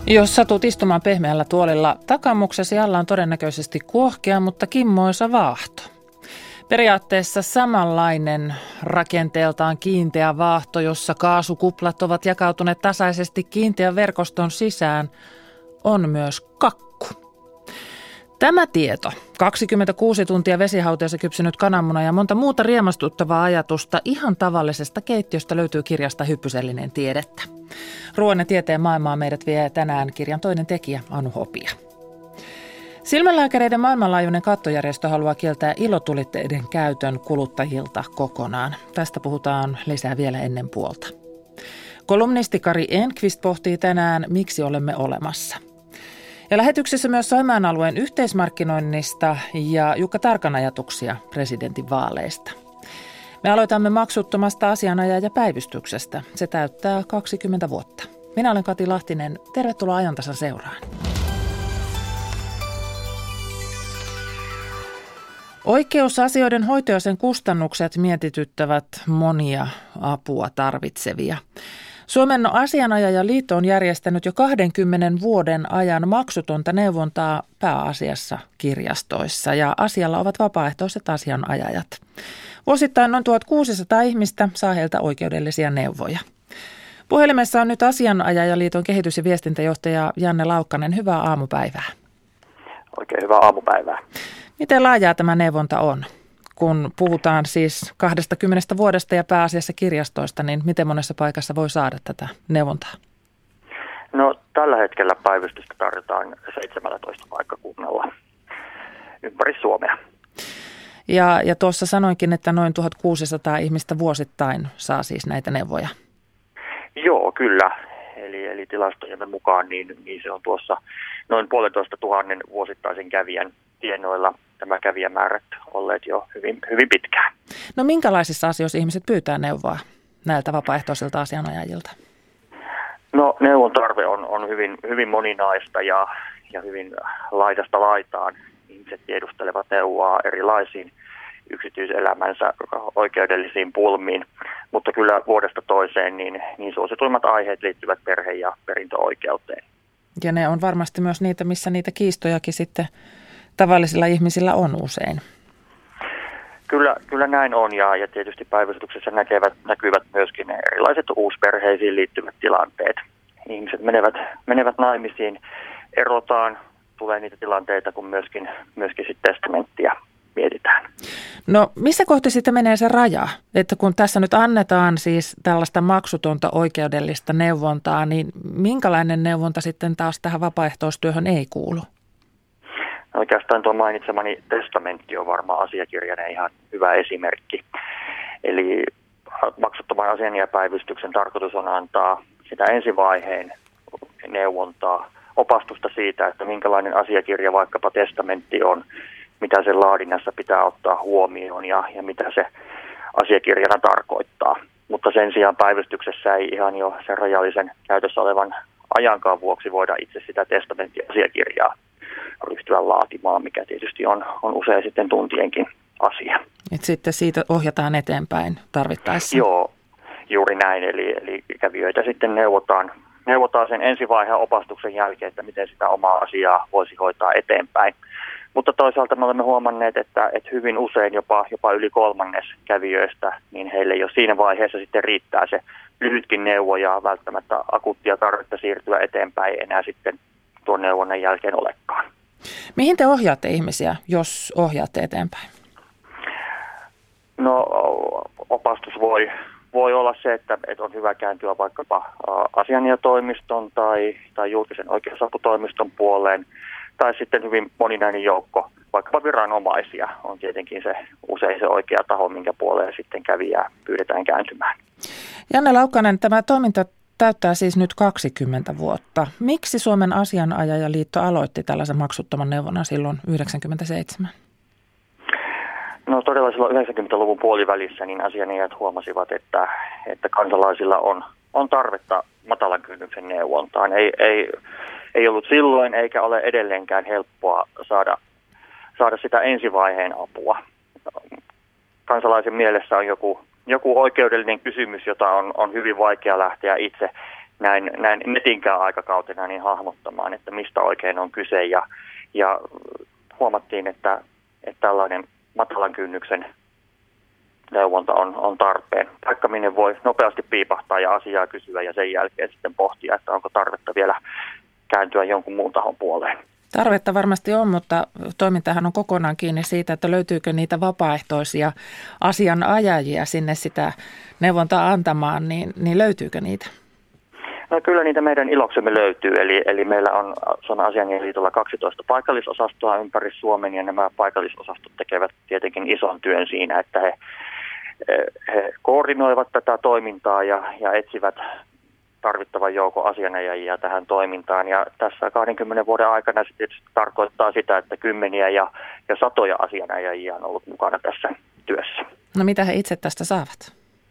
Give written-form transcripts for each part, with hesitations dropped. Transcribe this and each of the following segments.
Jos satut istumaan pehmeällä tuolilla, takamuksesi alla on todennäköisesti kuohkea, mutta kimmoisa vaahto. Periaatteessa samanlainen rakenteeltaan kiinteä vaahto, jossa kaasukuplat ovat jakautuneet tasaisesti kiinteän verkoston sisään, on myös kakku. Tämä tieto, 26 tuntia vesihauteessa kypsynyt kananmuna ja monta muuta riemastuttavaa ajatusta ihan tavallisesta keittiöstä löytyy kirjasta Hyppysellinen tiedettä. Ruoan ja tieteen maailmaa meidät vie tänään kirjan toinen tekijä Anu Hopia. Silmälääkäreiden maailmanlaajuinen kattojärjestö haluaa kieltää ilotulitteiden käytön kuluttajilta kokonaan. Tästä puhutaan lisää vielä ennen puolta. Kolumnisti Kari Enqvist pohtii tänään, miksi olemme olemassa. Ja lähetyksessä myös Saimaan alueen yhteismarkkinoinnista ja Jukka Tarkan ajatuksia presidentinvaaleista. Me aloitamme maksuttomasta asianajajapäivystyksestä. Se täyttää 20 vuotta. Minä olen Kati Lahtinen. Tervetuloa Ajantasan seuraan. Oikeusasioiden hoito ja sen kustannukset mietityttävät monia apua tarvitsevia. Suomen asianajajaliitto on järjestänyt jo 20 vuoden ajan maksutonta neuvontaa pääasiassa kirjastoissa ja asialla ovat vapaaehtoiset asianajajat. Vuosittain noin 1600 ihmistä saa heiltä oikeudellisia neuvoja. Puhelimessa on nyt Asianajajaliiton kehitys- ja viestintäjohtaja Janne Laukkanen. Hyvää aamupäivää. Oikein hyvää aamupäivää. Miten laajaa tämä neuvonta on? Kun puhutaan siis 20 vuodesta ja pääasiassa kirjastoista, niin miten monessa paikassa voi saada tätä neuvontaa? No tällä hetkellä päivystystä tarjotaan 17 paikkakunnalla ympäri Suomea. Ja tuossa sanoinkin, että noin 1600 ihmistä vuosittain saa siis näitä neuvoja. Joo, kyllä. Eli tilastojemme mukaan niin se on tuossa noin 1,5 vuosittaisen kävijän tienoilla. Tämä kävijämäärät olleet jo hyvin pitkään. No minkälaisissa asioissa ihmiset pyytää neuvoa näiltä vapaaehtoisilta asianajajilta? No neuvon tarve on hyvin moninaista ja hyvin laidasta laitaan. Ihmiset tiedustelevat neuvoa erilaisiin yksityiselämänsä oikeudellisiin pulmiin, mutta kyllä vuodesta toiseen niin suosituimmat aiheet liittyvät perhe- ja perintöoikeuteen. Ja ne on varmasti myös niitä, missä niitä kiistojakin sitten tavallisilla ihmisillä on usein. Kyllä näin on ja tietysti päivystyksessä näkyvät myöskin erilaiset uusperheisiin liittyvät tilanteet. Ihmiset menevät naimisiin, erotaan, tulee niitä tilanteita, kun myöskin sitten testamenttia mietitään. No missä kohti sitten menee se raja? Että kun tässä nyt annetaan siis tällaista maksutonta oikeudellista neuvontaa, niin minkälainen neuvonta sitten taas tähän vapaaehtoistyöhön ei kuulu? Oikeastaan tuo mainitsemani testamentti on varmaan asiakirjainen ihan hyvä esimerkki. Eli maksuttoman asianajajapäivystyksen tarkoitus on antaa sitä ensivaiheen neuvontaa, opastusta siitä, että minkälainen asiakirja vaikkapa testamentti on, mitä sen laadinnassa pitää ottaa huomioon ja mitä se asiakirjana tarkoittaa. Mutta sen sijaan päivystyksessä ei ihan jo sen rajallisen käytössä olevan ajankaan vuoksi voida itse sitä testamenttiasiakirjaa ryhtyä laatimaan, mikä tietysti on usein sitten tuntienkin asia. Et sitten siitä ohjataan eteenpäin tarvittaessa. Joo, juuri näin. Eli kävijöitä sitten neuvotaan sen ensivaiheen opastuksen jälkeen, että miten sitä omaa asiaa voisi hoitaa eteenpäin. Mutta toisaalta me olemme huomanneet, että hyvin usein jopa yli 1/3 kävijöistä, niin heille jo siinä vaiheessa sitten riittää se lyhytkin neuvo ja välttämättä akuuttia tarvetta siirtyä eteenpäin ei enää sitten tuon neuvonnan jälkeen olekaan. Mihin te ohjaatte ihmisiä, jos ohjaatte eteenpäin? No opastus voi olla se, että on hyvä kääntyä vaikkapa asianajatoimiston tai julkisen oikeusaputoimiston puoleen, tai sitten hyvin moninainen joukko, vaikkapa viranomaisia on tietenkin usein se oikea taho, minkä puoleen sitten kävijää pyydetään kääntymään. Janne Laukkanen, tämä toiminta täyttää siis nyt 20 vuotta. Miksi Suomen asianajajaliitto aloitti tällaisen maksuttoman neuvonnan silloin 1997? No todella silloin 90-luvun puolivälissä niin asianajajat huomasivat, että kansalaisilla on tarvetta matalan kynnyksen neuvontaan. Ei ollut silloin eikä ole edelleenkään helppoa saada sitä ensivaiheen apua. Kansalaisen mielessä on joku oikeudellinen kysymys, jota on hyvin vaikea lähteä itse näin netinkään aikakautena niin hahmottamaan, että mistä oikein on kyse. Ja huomattiin, että tällainen matalan kynnyksen neuvonta on tarpeen. Vaikka minne voi nopeasti piipahtaa ja asiaa kysyä ja sen jälkeen sitten pohtia, että onko tarvetta vielä kääntyä jonkun muun tahon puoleen. Tarvetta varmasti on, mutta toimintahan on kokonaan kiinni siitä, että löytyykö niitä vapaaehtoisia asianajajia sinne sitä neuvontaa antamaan, niin löytyykö niitä? No kyllä niitä meidän iloksemme löytyy, eli meillä on Suomen Asiamieheliitolla 12 paikallisosastoa ympäri Suomen, ja nämä paikallisosastot tekevät tietenkin ison työn siinä, että he koordinoivat tätä toimintaa ja etsivät tarvittavan joukon asianajajia tähän toimintaan. Ja tässä 20 vuoden aikana se tietysti tarkoittaa sitä, että kymmeniä ja satoja asianajajia on ollut mukana tässä työssä. No mitä he itse tästä saavat?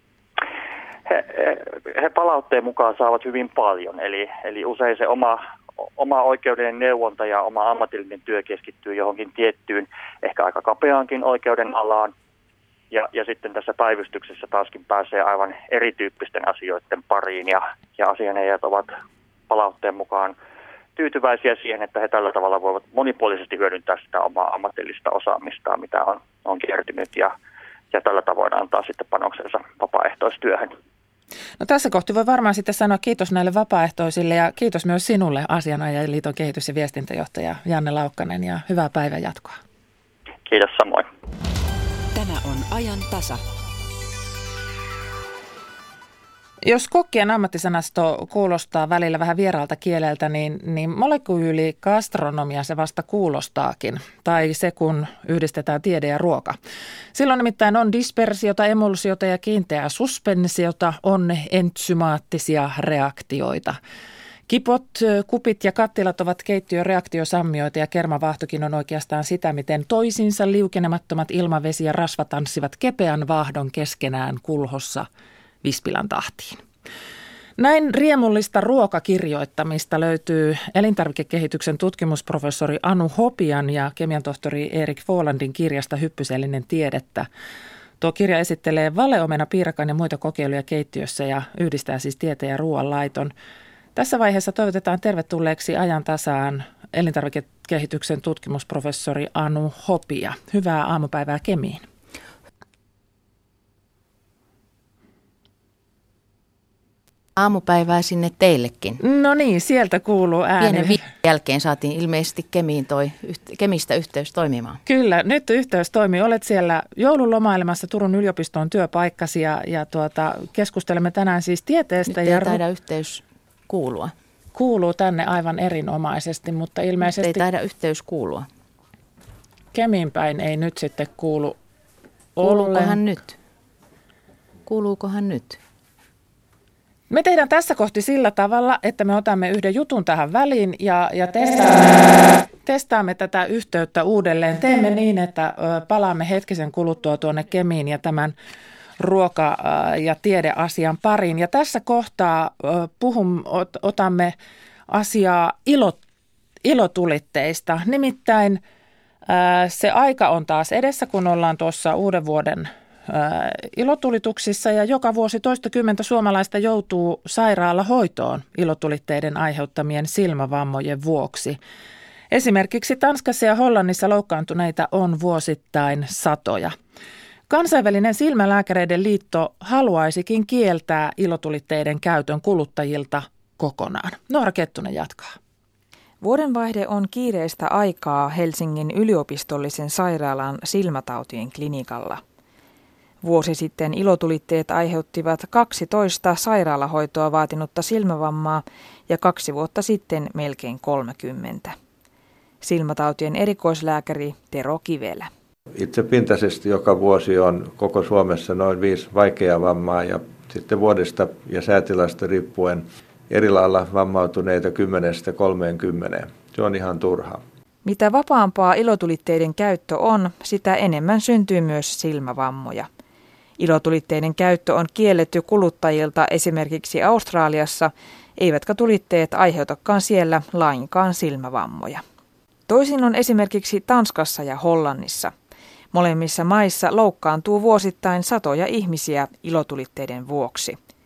He palautteen mukaan saavat hyvin paljon, eli usein se oma oikeudellinen neuvonta ja oma ammatillinen työ keskittyy johonkin tiettyyn, ehkä aika kapeaankin oikeuden alaan. Ja sitten tässä päivystyksessä taaskin pääsee aivan erityyppisten asioiden pariin, ja asianajajat ovat palautteen mukaan tyytyväisiä siihen, että he tällä tavalla voivat monipuolisesti hyödyntää sitä omaa ammatillista osaamistaan, mitä on kertynyt, ja tällä tavoin antaa sitten panoksensa vapaaehtoistyöhön. No tässä kohti voi varmaan sitten sanoa kiitos näille vapaaehtoisille ja kiitos myös sinulle Asianajajaliiton kehitys- ja viestintäjohtaja Janne Laukkanen ja hyvää päivän jatkoa. Kiitos samoin. Tämä on ajan tasa. Jos kokkien ammattisanasto kuulostaa välillä vähän vieraalta kieleltä, niin molekyyligastronomia se vasta kuulostaakin. Tai se, kun yhdistetään tiede ja ruoka. Silloin nimittäin on dispersiota, emulsiota ja kiinteää suspensiota, on entsymaattisia reaktioita. Kipot, kupit ja kattilat ovat keittiöreaktiosammioita ja kermavaahtokin on oikeastaan sitä, miten toisinsa liukenemattomat ilmavesi ja rasva tanssivat kepeän vaahdon keskenään kulhossa Vispilän tahtiin. Näin riemullista ruokakirjoittamista löytyy elintarvikekehityksen tutkimusprofessori Anu Hopian ja kemian tohtori Erik Folandin kirjasta Hyppysellinen tiedettä. Tuo kirja esittelee valeomena, piirakan ja muita kokeiluja keittiössä ja yhdistää siis tieteen ja ruoanlaiton. Tässä vaiheessa toivotetaan tervetulleeksi ajan tasaan elintarvikekehityksen tutkimusprofessori Anu Hopia. Hyvää aamupäivää Kemiin. Aamupäivää sinne teillekin. No niin, sieltä kuuluu ääni. Pienen viikon jälkeen saatiin ilmeisesti Kemistä yhteys toimimaan. Kyllä, nyt yhteys toimii. Olet siellä joululomailemassa Turun yliopiston työpaikkasi ja keskustelemme tänään siis tieteestä. Nyt ei taida yhteys kuulua. Kuuluu tänne aivan erinomaisesti, mutta ilmeisesti... Nyt ei taida yhteys kuulua. Kemiin päin ei nyt sitten kuulu Kuuluukohan nyt? Kuuluukohan nyt? Me tehdään tässä kohti sillä tavalla, että me otamme yhden jutun tähän väliin ja testaamme tätä yhteyttä uudelleen. Teemme niin, että palaamme hetkisen kuluttua tuonne Kemiin ja tämän ruoka- ja tiedeasian pariin. Ja tässä kohtaa otamme asiaa ilotulitteista. Nimittäin se aika on taas edessä, kun ollaan tuossa uuden vuoden ilotulituksissa ja joka vuosi toistakymmentä suomalaista joutuu sairaalahoitoon ilotulitteiden aiheuttamien silmävammojen vuoksi. Esimerkiksi Tanskassa ja Hollannissa loukkaantuneita on vuosittain satoja. Kansainvälinen silmälääkäreiden liitto haluaisikin kieltää ilotulitteiden käytön kuluttajilta kokonaan. Noora Kettunen jatkaa. Vuodenvaihde on kiireistä aikaa Helsingin yliopistollisen sairaalan silmätautien klinikalla. Vuosi sitten ilotulitteet aiheuttivat 12 sairaalahoitoa vaatinutta silmävammaa ja 2 vuotta sitten melkein 30. Silmätautien erikoislääkäri Tero Kivelä. Itse pintaisesti joka vuosi on koko Suomessa noin 5 vaikeaa vammaa ja sitten vuodesta ja säätilasta riippuen eri lailla vammautuneita 10-30. Se on ihan turhaa. Mitä vapaampaa ilotulitteiden käyttö on, sitä enemmän syntyy myös silmävammoja. Ilotulitteiden käyttö on kielletty kuluttajilta esimerkiksi Australiassa, eivätkä tulitteet aiheutakaan siellä lainkaan silmävammoja. Toisin on esimerkiksi Tanskassa ja Hollannissa. Molemmissa maissa loukkaantuu vuosittain satoja ihmisiä ilotulitteiden vuoksi.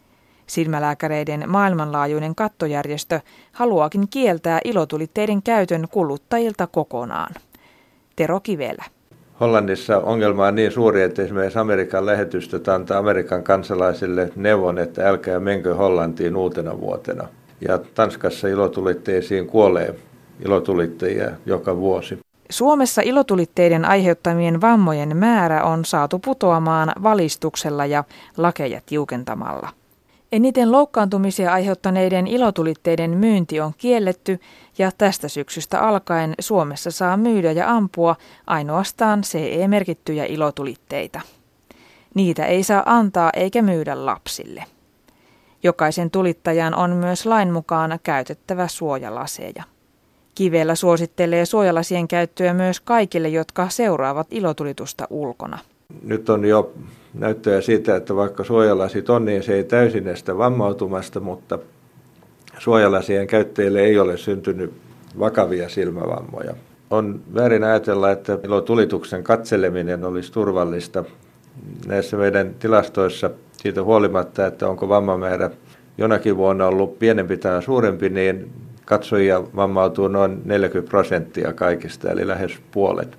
Silmälääkäreiden maailmanlaajuinen kattojärjestö haluaakin kieltää ilotulitteiden käytön kuluttajilta kokonaan. Tero Kivelä. Hollannissa ongelma on niin suuri, että esimerkiksi Amerikan lähetystöt antaa Amerikan kansalaisille neuvon, että älkää menkö Hollantiin uutena vuotena. Ja Tanskassa ilotulitteisiin kuolee ilotulittajia joka vuosi. Suomessa ilotulitteiden aiheuttamien vammojen määrä on saatu putoamaan valistuksella ja lakeja tiukentamalla. Eniten loukkaantumisia aiheuttaneiden ilotulitteiden myynti on kielletty ja tästä syksystä alkaen Suomessa saa myydä ja ampua ainoastaan CE-merkittyjä ilotulitteita. Niitä ei saa antaa eikä myydä lapsille. Jokaisen tulittajan on myös lain mukaan käytettävä suojalaseja. Kivelä suosittelee suojalasien käyttöä myös kaikille, jotka seuraavat ilotulitusta ulkona. Nyt on jo näyttöjä siitä, että vaikka suojalasit on, niin se ei täysin estä vammautumasta, mutta suojalasien käyttäjille ei ole syntynyt vakavia silmävammoja. On väärin ajatella, että ilotulituksen katseleminen olisi turvallista. Näissä meidän tilastoissa siitä huolimatta, että onko vammamäärä jonakin vuonna ollut pienempi tai suurempi, niin katsojia vammautuu noin 40% kaikista, eli lähes puolet.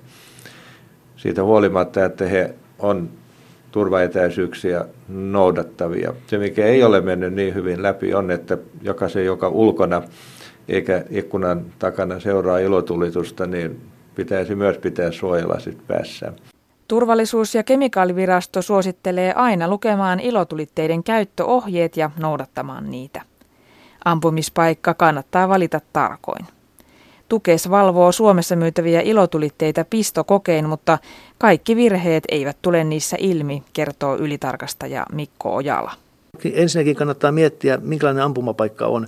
Siitä huolimatta, että he on turvaetäisyyksiä noudattavia. Se, mikä ei ole mennyt niin hyvin läpi, on, että jokaisen, joka ulkona eikä ikkunan takana seuraa ilotulitusta, niin pitäisi myös pitää suojalasit päässään. Turvallisuus- ja kemikaalivirasto suosittelee aina lukemaan ilotulitteiden käyttöohjeet ja noudattamaan niitä. Ampumispaikka kannattaa valita tarkoin. Tukes valvoo Suomessa myytäviä ilotulitteita pistokokein, mutta kaikki virheet eivät tule niissä ilmi, kertoo ylitarkastaja Mikko Ojala. Ensinnäkin kannattaa miettiä, minkälainen ampumapaikka on,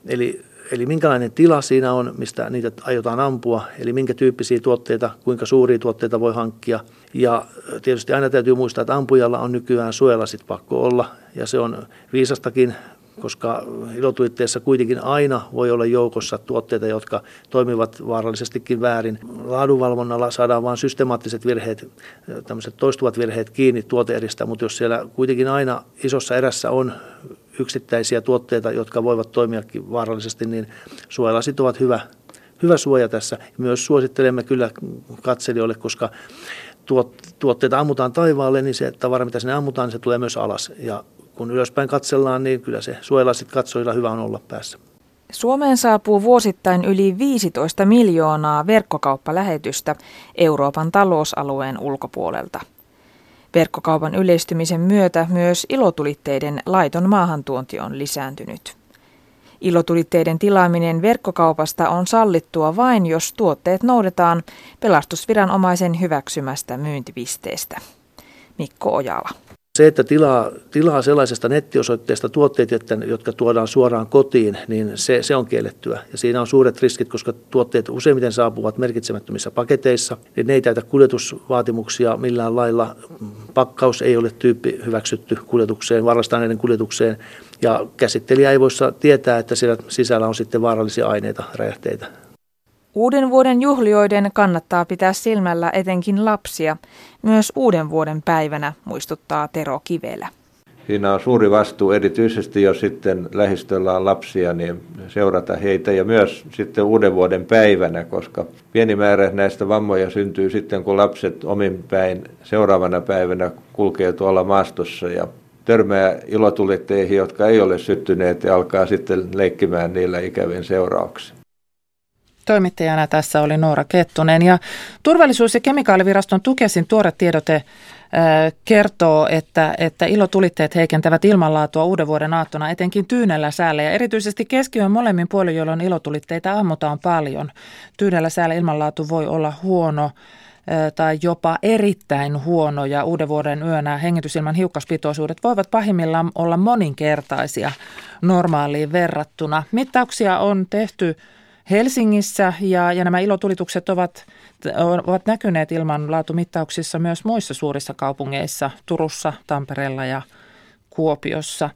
eli minkälainen tila siinä on, mistä niitä aiotaan ampua, eli minkä tyyppisiä tuotteita, kuinka suuria tuotteita voi hankkia. Ja tietysti aina täytyy muistaa, että ampujalla on nykyään suojalasit pakko olla, ja se on viisastakin, koska ilotulitteessa kuitenkin aina voi olla joukossa tuotteita, jotka toimivat vaarallisestikin väärin. Laadunvalvonnalla saadaan vain systemaattiset virheet, tämmöiset toistuvat virheet kiinni tuoteeristä, mutta jos siellä kuitenkin aina isossa erässä on yksittäisiä tuotteita, jotka voivat toimiakin vaarallisesti, niin suojalasit ovat hyvä suoja tässä. Myös suosittelemme kyllä katselijoille, koska tuotteita ammutaan taivaalle, niin se tavara, mitä sinne ammutaan, niin se tulee myös alas. Ja kun ylöspäin katsellaan, niin kyllä se suojalasit katsojilla hyvä on olla päässä. Suomeen saapuu vuosittain yli 15 miljoonaa verkkokauppalähetystä Euroopan talousalueen ulkopuolelta. Verkkokaupan yleistymisen myötä myös ilotulitteiden laiton maahantuonti on lisääntynyt. Ilotulitteiden tilaaminen verkkokaupasta on sallittua vain, jos tuotteet noudetaan pelastusviranomaisen hyväksymästä myyntipisteestä. Mikko Ojala. Se, että tilaa sellaisesta nettiosoitteesta tuotteet, jotka tuodaan suoraan kotiin, niin se on kiellettyä. Ja siinä on suuret riskit, koska tuotteet useimmiten saapuvat merkitsemättömissä paketeissa. Ne ei täytä kuljetusvaatimuksia millään lailla. Pakkaus ei ole tyyppi hyväksytty kuljetukseen, vaarallisaineiden kuljetukseen. Ja käsittelijä ei voi tietää, että siellä sisällä on sitten vaarallisia aineita, räjähteitä. Uuden vuoden juhlioiden kannattaa pitää silmällä etenkin lapsia, myös uuden vuoden päivänä, muistuttaa Tero Kivelä. Siinä on suuri vastuu, erityisesti jos sitten lähistöllä on lapsia, niin seurata heitä ja myös sitten uuden vuoden päivänä, koska pieni määrä näistä vammoja syntyy sitten, kun lapset omin päin seuraavana päivänä kulkee tuolla maastossa ja törmää ilotulitteihin, jotka ei ole syttyneet ja alkaa sitten leikkimään niillä ikävin seurauksin. Toimittajana tässä oli Noora Kettunen ja Turvallisuus- ja kemikaaliviraston Tukesin tuore tiedote kertoo, että ilotulitteet heikentävät ilmanlaatua uuden vuoden aattona etenkin tyynellä säällä ja erityisesti keskiyön molemmin puolin, jolloin ilotulitteita ammutaan paljon. Tyynellä säällä ilmanlaatu voi olla huono tai jopa erittäin huono ja uuden vuoden yönä hengitysilman hiukkaspitoisuudet voivat pahimmillaan olla moninkertaisia normaaliin verrattuna. Mittauksia on tehty Helsingissä ja nämä ilotulitukset ovat näkyneet ilmanlaatumittauksissa myös muissa suurissa kaupungeissa, Turussa, Tampereella ja Kuopiossa.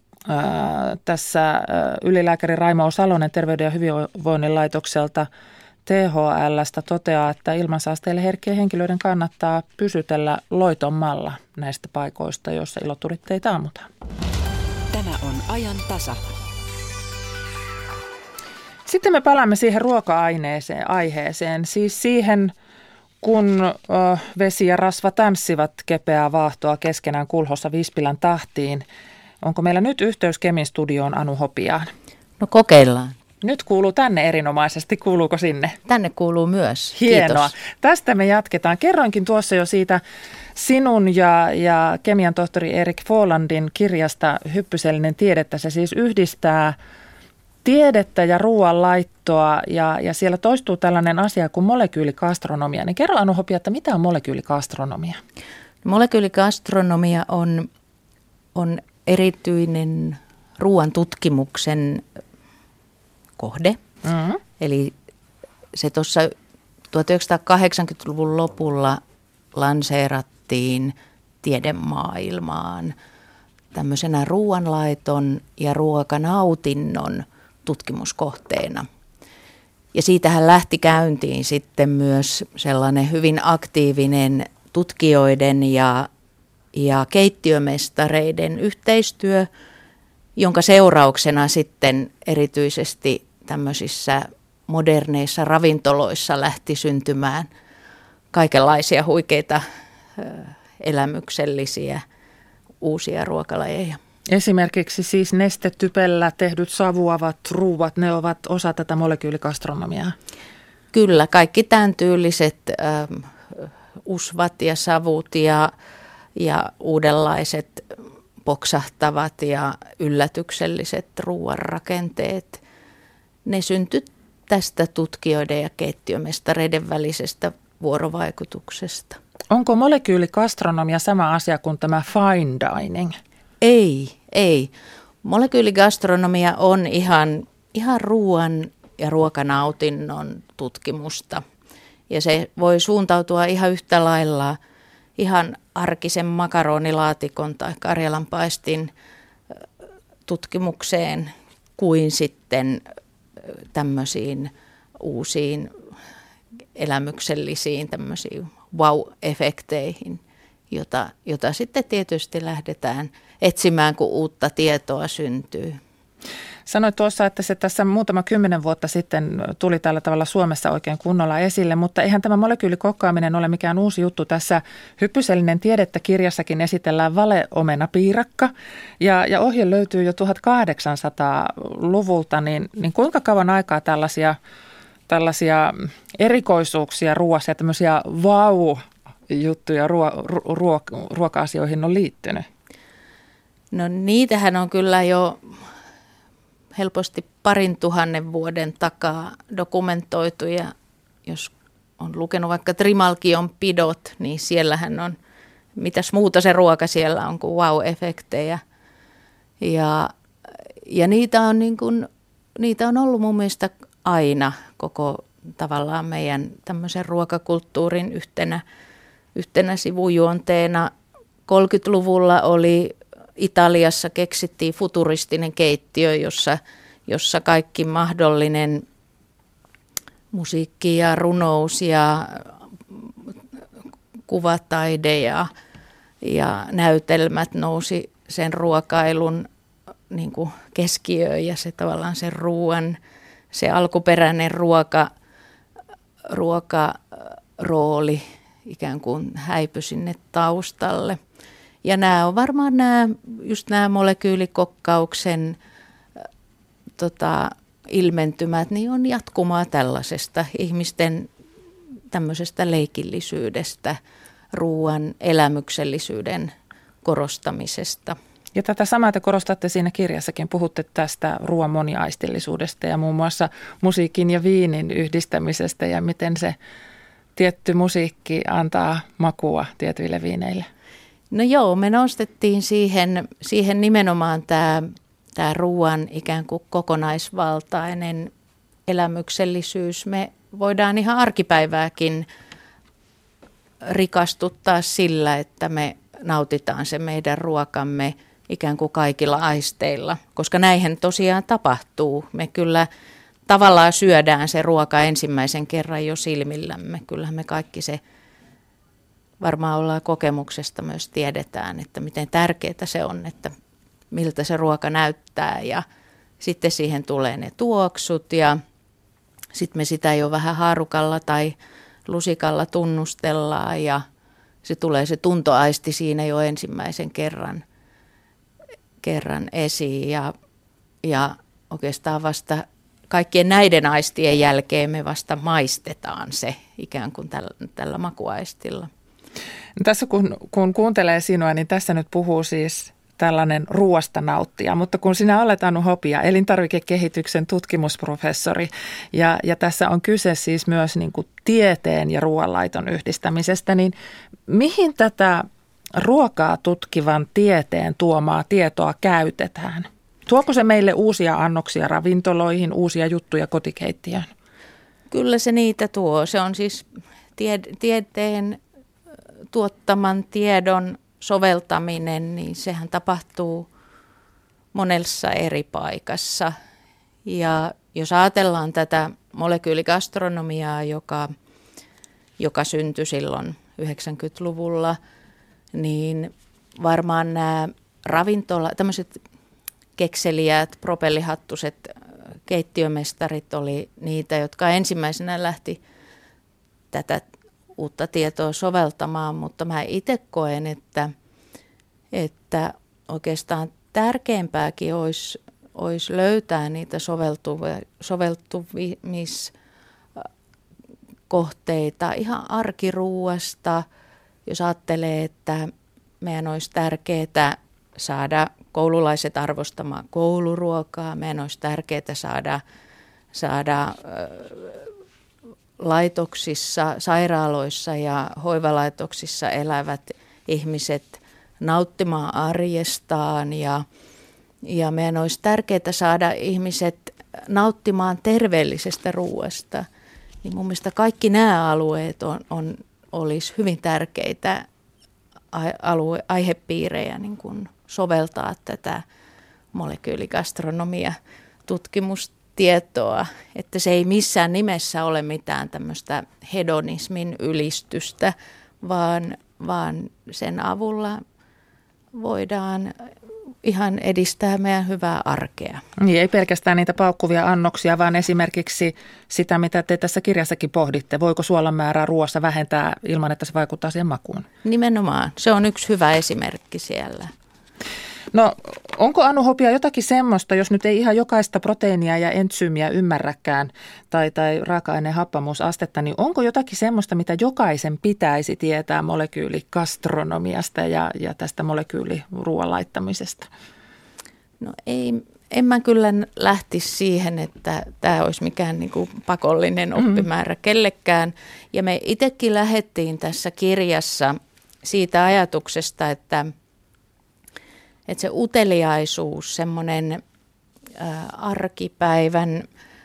Tässä ylilääkäri Raimo Salonen Terveyden ja hyvinvoinnin laitokselta THL:stä toteaa, että ilmansaasteille herkkien henkilöiden kannattaa pysytellä loitommalla näistä paikoista, joissa ilotulitteita ammutaan. Tämä Tämä on ajan tasa. Sitten me palaamme siihen aiheeseen, siis siihen, kun vesi ja rasva tanssivat kepeää vaahtoa keskenään kulhossa Vispilän tahtiin. Onko meillä nyt yhteys Kemin studioon Anu Hopiaan? No kokeillaan. Nyt kuuluu tänne erinomaisesti. Kuuluuko sinne? Tänne kuuluu myös. Hienoa. Kiitos. Tästä me jatketaan. Kerroinkin tuossa jo siitä sinun ja kemian tohtori Erik Folandin kirjasta Hyppysellinen tiedettä. Se siis yhdistää tiedettä ja ruoanlaittoa ja siellä toistuu tällainen asia kuin molekyyligastronomia. Niin kerro Anu Hopia, että mitä on molekyyligastronomia? Molekyyligastronomia on erityinen ruoan tutkimuksen kohde. Mm-hmm. Eli se tuossa 1980-luvun lopulla lanseerattiin tiedemaailmaan tämmöisenä ruoanlaiton ja ruokanautinnon tutkimuskohteena. Ja siitähän lähti käyntiin sitten myös sellainen hyvin aktiivinen tutkijoiden ja keittiömestareiden yhteistyö, jonka seurauksena sitten erityisesti tämmöisissä moderneissa ravintoloissa lähti syntymään kaikenlaisia huikeita elämyksellisiä uusia ruokalajeja. Esimerkiksi siis nestetypellä tehdyt savuavat ruuat, ne ovat osa tätä molekyyligastronomiaa? Kyllä, kaikki tämän tyyliset usvat ja savut ja uudenlaiset poksahtavat ja yllätykselliset ruoanrakenteet, ne syntyi tästä tutkijoiden ja keittiömestareiden välisestä vuorovaikutuksesta. Onko molekyyligastronomia sama asia kuin tämä fine dining? Ei. Molekyyligastronomia on ihan ruoan ja ruokanautinnon tutkimusta. Ja se voi suuntautua ihan yhtä lailla ihan arkisen makaronilaatikon tai karjalanpaistin tutkimukseen kuin sitten tämmöisiin uusiin elämyksellisiin tämmöisiin wow-efekteihin, jota sitten tietysti lähdetään etsimään, kun uutta tietoa syntyy. Sanoit tuossa, että se tässä muutama 10 vuotta sitten tuli tällä tavalla Suomessa oikein kunnolla esille, mutta eihän tämä molekyylikokkaaminen ole mikään uusi juttu. Tässä Hyppysellinen tiedettä -kirjassakin esitellään valeomenapiirakka ja ohje löytyy jo 1800-luvulta, niin kuinka kauan aikaa tällaisia erikoisuuksia ruoassa ja tämmöisiä vau-juttuja ruoka-asioihin on liittynyt? No niitähän on kyllä jo helposti 2000 vuoden takaa dokumentoitu, ja jos on lukenut vaikka Trimalchion pidot, niin siellähän on, mitäs muuta se ruoka siellä on kuin wow-efektejä. Ja niitä on ollut mun mielestä aina koko tavallaan meidän tämmöisen ruokakulttuurin yhtenä sivujuonteena. 30-luvulla oli Italiassa keksittiin futuristinen keittiö, jossa kaikki mahdollinen musiikki ja runous ja kuvataide ja näytelmät nousi sen ruokailun niin kuin keskiöön, ja se tavallaan sen ruoan, se alkuperäinen ruokarooli ikään kuin häipyi sinne taustalle. Ja nämä on varmaan nämä molekyylikokkauksen ilmentymät, niin on jatkumaa tällaisesta ihmisten tämmöisestä leikillisyydestä, ruoan elämyksellisyyden korostamisesta. Ja tätä samaa te korostatte siinä kirjassakin, puhutte tästä ruoan moniaistillisuudesta ja muun muassa musiikin ja viinin yhdistämisestä ja miten se tietty musiikki antaa makua tietyille viineille. No joo, me nostettiin siihen nimenomaan tämä ruoan ikään kuin kokonaisvaltainen elämyksellisyys. Me voidaan ihan arkipäivääkin rikastuttaa sillä, että me nautitaan se meidän ruokamme ikään kuin kaikilla aisteilla, koska näinhän tosiaan tapahtuu. Me kyllä tavallaan syödään se ruoka ensimmäisen kerran jo silmillämme. Kyllähän me kaikki se varmaan ollaan kokemuksesta myös tiedetään, että miten tärkeää se on, että miltä se ruoka näyttää ja sitten siihen tulee ne tuoksut ja sitten me sitä jo vähän haarukalla tai lusikalla tunnustellaan ja se tulee se tuntoaisti siinä jo ensimmäisen kerran esiin ja oikeastaan vasta kaikkien näiden aistien jälkeen me vasta maistetaan se ikään kuin tällä makuaistilla. Tässä kun kuuntelee sinua, niin tässä nyt puhuu siis tällainen ruoasta nauttija, mutta kun sinä olet Anu Hopia, elintarvikekehityksen tutkimusprofessori ja tässä on kyse siis myös niin kuin tieteen ja ruoanlaiton yhdistämisestä, niin mihin tätä ruokaa tutkivan tieteen tuomaa tietoa käytetään? Tuoko se meille uusia annoksia ravintoloihin, uusia juttuja kotikeittiöön? Kyllä se niitä tuo. Se on siis tieteen tuottaman tiedon soveltaminen, niin sehän tapahtuu monessa eri paikassa. Ja jos ajatellaan tätä molekyyligastronomiaa, joka syntyi silloin 90-luvulla, niin varmaan nämä tämmöiset kekseliäät, propellihattuset keittiömestarit oli niitä, jotka ensimmäisenä lähti tätä uutta tietoa soveltamaan, mutta mä itse koen, että oikeastaan tärkeämpääkin olisi löytää niitä soveltumiskohteita ihan arkiruuasta, jos ajattelee, että meidän olisi tärkeää saada koululaiset arvostamaan kouluruokaa, meidän olisi tärkeää saada laitoksissa, sairaaloissa ja hoivalaitoksissa elävät ihmiset nauttimaan arjestaan ja meidän olisi tärkeää saada ihmiset nauttimaan terveellisestä ruoasta. Niin mun mielestä kaikki nämä alueet olisi hyvin tärkeitä aihepiirejä niin kuin soveltaa tätä molekyyligastronomia tutkimustietoa, että se ei missään nimessä ole mitään tämmöistä hedonismin ylistystä, vaan sen avulla voidaan ihan edistää meidän hyvää arkea. Niin, ei pelkästään niitä paukkuvia annoksia, vaan esimerkiksi sitä, mitä te tässä kirjassakin pohditte. Voiko suolan määrää ruoassa vähentää ilman, että se vaikuttaa siihen makuun? Nimenomaan. Se on yksi hyvä esimerkki siellä. No, onko Anu Hopia jotakin semmoista, jos nyt ei ihan jokaista proteiinia ja entsyymiä ymmärräkään tai raaka-aineen happamuusastetta, niin onko jotakin semmoista, mitä jokaisen pitäisi tietää molekyyligastronomiasta ja tästä molekyyliruoan laittamisesta? No en mä kyllä lähtisi siihen, että tämä olisi mikään niin kuin pakollinen oppimäärä kellekään. Ja me itsekin lähdettiin tässä kirjassa siitä ajatuksesta, että se uteliaisuus, semmoinen arkipäivän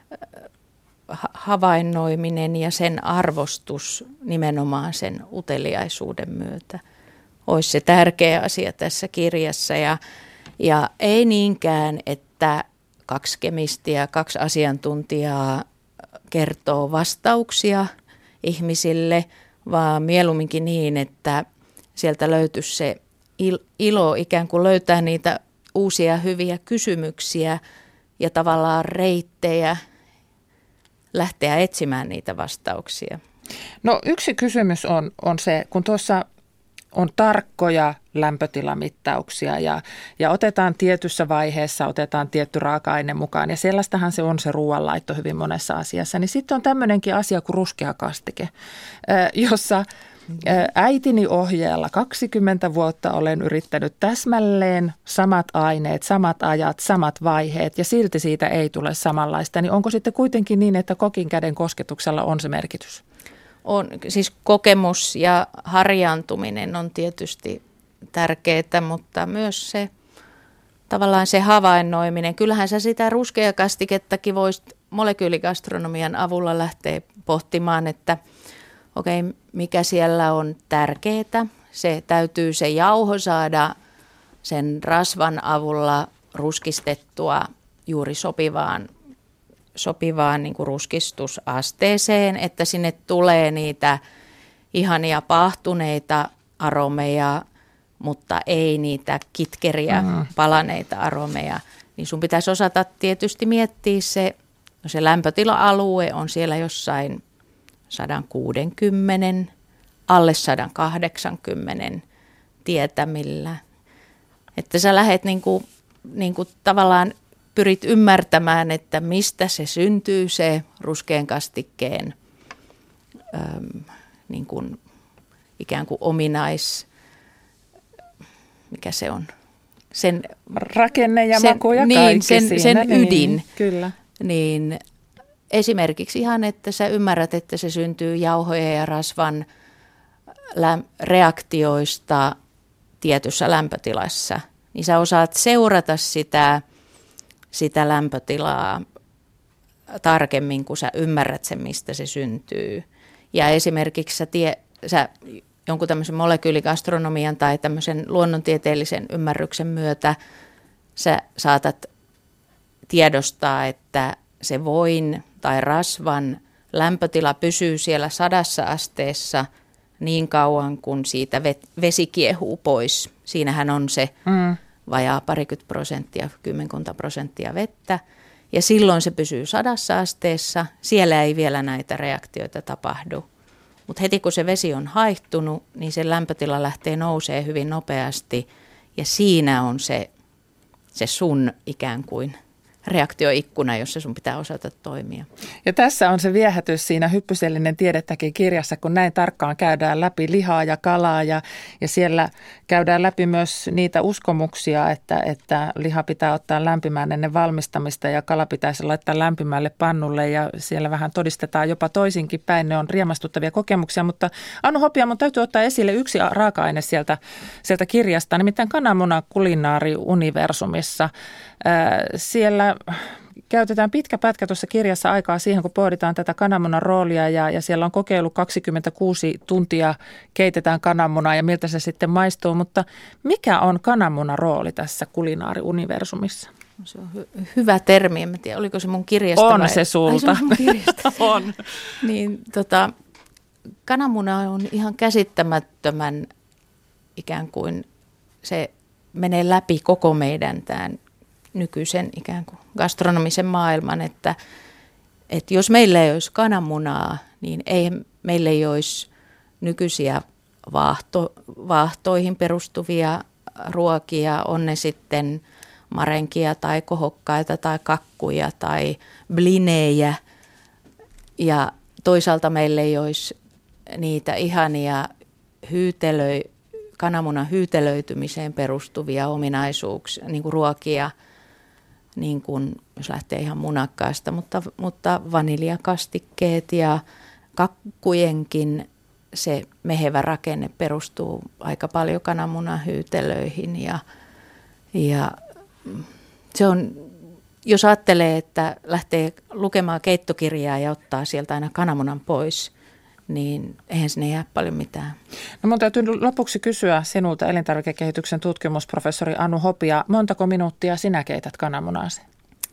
havainnoiminen ja sen arvostus nimenomaan sen uteliaisuuden myötä olisi se tärkeä asia tässä kirjassa. Ja ei niinkään, että 2 kemistiä, 2 asiantuntijaa kertoo vastauksia ihmisille, vaan mieluumminkin niin, että sieltä löytyisi se ilo ikään kuin löytää niitä uusia hyviä kysymyksiä ja tavallaan reittejä lähteä etsimään niitä vastauksia. No yksi kysymys on se, kun tuossa on tarkkoja lämpötilamittauksia ja otetaan tietyssä vaiheessa, otetaan tietty raaka-aine mukaan ja sellaistahan se on se ruoanlaitto hyvin monessa asiassa. Niin sitten on tämmöinenkin asia kuin ruskea kastike, jossa äitini ohjeella 20 vuotta olen yrittänyt täsmälleen samat aineet, samat ajat, samat vaiheet ja silti siitä ei tule samanlaista. Niin onko sitten kuitenkin niin, että kokin käden kosketuksella on se merkitys? On, siis kokemus ja harjaantuminen on tietysti tärkeää, mutta myös se tavallaan se havainnoiminen. Kyllähän sä sitä ruskeakastikettakin voisit molekyyligastronomian avulla lähteä pohtimaan, että okei, mikä siellä on tärkeää. Se täytyy se jauho saada sen rasvan avulla ruskistettua juuri sopivaan niin kuin ruskistusasteeseen, että sinne tulee niitä ihania paahtuneita aromeja, mutta ei niitä kitkeriä palaneita aromeja. Niin sun pitäisi osata tietysti miettiä se lämpötila-alue on siellä jossain 160, alle 180 tietämillä. Että sä lähdet niin kuin tavallaan pyrit ymmärtämään, että mistä se syntyy se ruskean kastikkeen niin kuin ikään kuin mikä se on? Sen rakenne ja maku ja kaikki siinä. Sen ydin. Niin, kyllä. Niin esimerkiksi ihan, että sä ymmärrät, että se syntyy jauhojen ja rasvan reaktioista tietyssä lämpötilassa, niin sä osaat seurata sitä lämpötilaa tarkemmin, kun sä ymmärrät sen, mistä se syntyy. Ja esimerkiksi sä jonkun tämmöisen molekyyligastronomian tai tämmöisen luonnontieteellisen ymmärryksen myötä sä saatat tiedostaa, että se voin tai rasvan lämpötila pysyy siellä 100 asteessa niin kauan, kun siitä vesi kiehuu pois. Siinähän on se vajaa 20%, 10% vettä. Ja silloin se pysyy 100 asteessa. Siellä ei vielä näitä reaktioita tapahdu. Mutta heti kun se vesi on haihtunut, niin se lämpötila lähtee nousee hyvin nopeasti. Ja siinä on se sun ikään kuin reaktioikkuna, jossa sun pitää osata toimia. Ja tässä on se viehätys siinä Hyppysellinen tiedettäkin kirjassa, kun näin tarkkaan käydään läpi lihaa ja kalaa ja siellä käydään läpi myös niitä uskomuksia, että liha pitää ottaa lämpimään ennen valmistamista ja kala pitäisi laittaa lämpimälle pannulle ja siellä vähän todistetaan jopa toisinkin päin. Ne on riemastuttavia kokemuksia, mutta Anu Hopia, mun täytyy ottaa esille yksi raaka-aine sieltä kirjasta, nimittäin kananmuna kulinaariuniversumissa. Siellä käytetään pitkä pätkä tuossa kirjassa aikaa siihen, kun pohditaan tätä kananmunan roolia ja siellä on kokeilu 26 tuntia keitetään kananmunaa ja miltä se sitten maistuu, mutta mikä on kananmunan rooli tässä kulinaariuniversumissa? Se on hyvä termi, en tiedä, oliko se mun kirjasta on vai? Se sulta. Ai, se on mun kirjasta. On. Niin, kananmuna on ihan käsittämättömän ikään kuin se menee läpi koko meidän tämän nykyisen ikään kuin gastronomisen maailman, että jos meillä ei olisi kananmunaa, niin meillä ei olisi nykyisiä vaahtoihin perustuvia ruokia, on ne sitten marenkia tai kohokkaita tai kakkuja tai blinejä. Ja toisaalta meillä ei olisi niitä ihania kananmunan hyytelöitymiseen perustuvia ominaisuuksia, niin kuin ruokia, niin kuin, jos lähtee ihan munakkaasta, mutta vaniljakastikkeet ja kakkujenkin se mehevä rakenne perustuu aika paljon kananmunan hyytelöihin ja se on, jos ajattelee, että lähtee lukemaan keittokirjaa ja ottaa sieltä aina kananmunan pois, niin eihän sinne jää paljon mitään. No mun täytyy lopuksi kysyä sinulta elintarvikekehityksen tutkimusprofessori Anu Hopia. Montako minuuttia sinä keität kananmunaasi?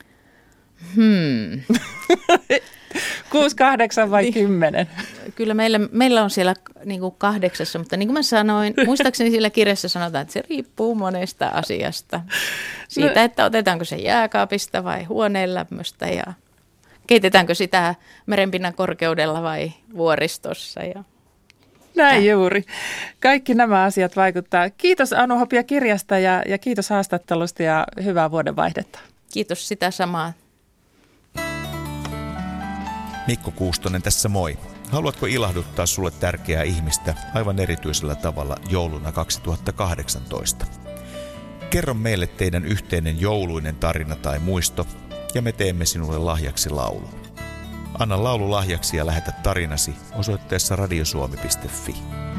6, 8 vai 10? Kyllä meillä on siellä niin kuin 8, mutta niin kuin mä sanoin, muistaakseni siellä kirjassa sanotaan, että se riippuu monesta asiasta. Siitä, että otetaanko se jääkaapista vai huoneen lämmöstä ja keitetäänkö sitä merenpinnan korkeudella vai vuoristossa. Näin juuri. Kaikki nämä asiat vaikuttaa. Kiitos Anu Hopia kirjasta ja kiitos haastattelusta ja hyvää vuodenvaihdetta. Kiitos sitä samaa. Mikko Kuustonen tässä moi. Haluatko ilahduttaa sulle tärkeää ihmistä aivan erityisellä tavalla jouluna 2018? Kerro meille teidän yhteinen jouluinen tarina tai muisto ja me teemme sinulle lahjaksi laulun. Anna laulu lahjaksi ja lähetä tarinasi osoitteessa radiosuomi.fi.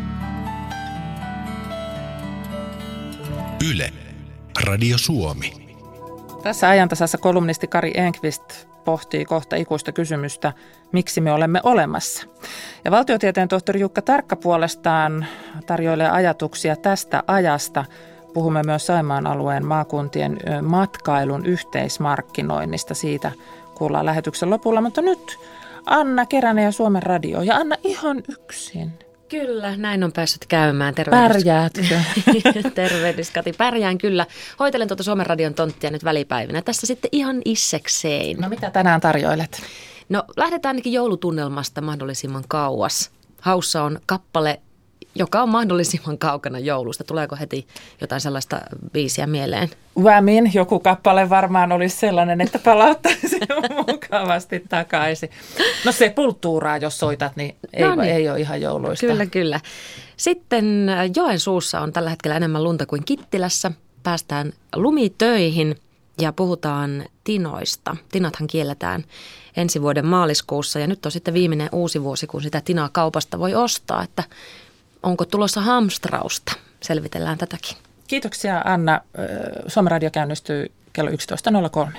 Yle, Radio Suomi. Tässä ajantasassa kolumnisti Kari Enqvist pohtii kohta ikuista kysymystä, miksi me olemme olemassa. Ja valtiotieteen tohtori Jukka Tarkka puolestaan tarjoilee ajatuksia tästä ajasta. Puhumme myös Saimaan alueen maakuntien matkailun yhteismarkkinoinnista. Siitä kuullaan lähetyksen lopulla, mutta nyt Anna Keränen ja Suomen Radio. Ja Anna ihan yksin. Kyllä, näin on päässyt käymään. Pärjäätkö? Tervehdys Kati, pärjään kyllä. Hoitelen tuota Suomen Radion tonttia nyt välipäivinä. Tässä sitten ihan issekseen. No mitä tänään tarjoilet? No lähdetään ainakin joulutunnelmasta mahdollisimman kauas. Haussa on kappale, joka on mahdollisimman kaukana joulusta. Tuleeko heti jotain sellaista biisiä mieleen? Whamin joku kappale varmaan olisi sellainen, että palauttaisi mukavasti takaisin. No Sepulturaa, jos soitat, niin ei ole ihan jouluista. Kyllä. Sitten Joensuussa on tällä hetkellä enemmän lunta kuin Kittilässä. Päästään lumitöihin ja puhutaan tinoista. Tinathan kielletään ensi vuoden maaliskuussa ja nyt on sitten viimeinen uusi vuosi, kun sitä tinaa kaupasta voi ostaa, että onko tulossa hamstrausta? Selvitellään tätäkin. Kiitoksia Anna. Suomen Radio käynnistyy kello 11.03.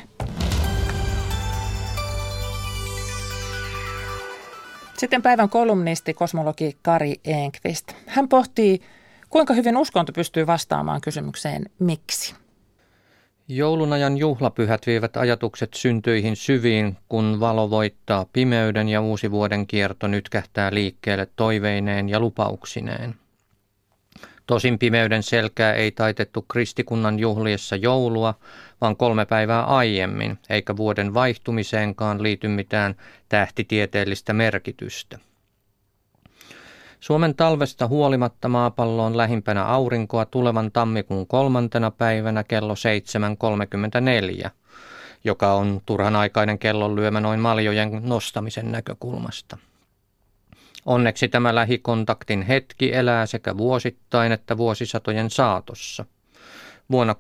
Sitten päivän kolumnisti, kosmologi Kari Enqvist. Hän pohtii, kuinka hyvin uskonto pystyy vastaamaan kysymykseen miksi. Joulunajan juhlapyhät vievät ajatukset syntyihin syviin, kun valo voittaa pimeyden ja uusi vuoden kierto nytkähtää liikkeelle toiveineen ja lupauksineen. Tosin pimeyden selkää ei taitettu kristikunnan juhliessa joulua, vaan 3 päivää aiemmin, eikä vuoden vaihtumiseenkaan liity mitään tähtitieteellistä merkitystä. Suomen talvesta huolimatta maapallo on lähimpänä aurinkoa tulevan tammikuun 3. päivänä kello 7.34, joka on turhanaikainen kellonlyömä noin maljojen nostamisen näkökulmasta. Onneksi tämä lähikontaktin hetki elää sekä vuosittain että vuosisatojen saatossa. Vuonna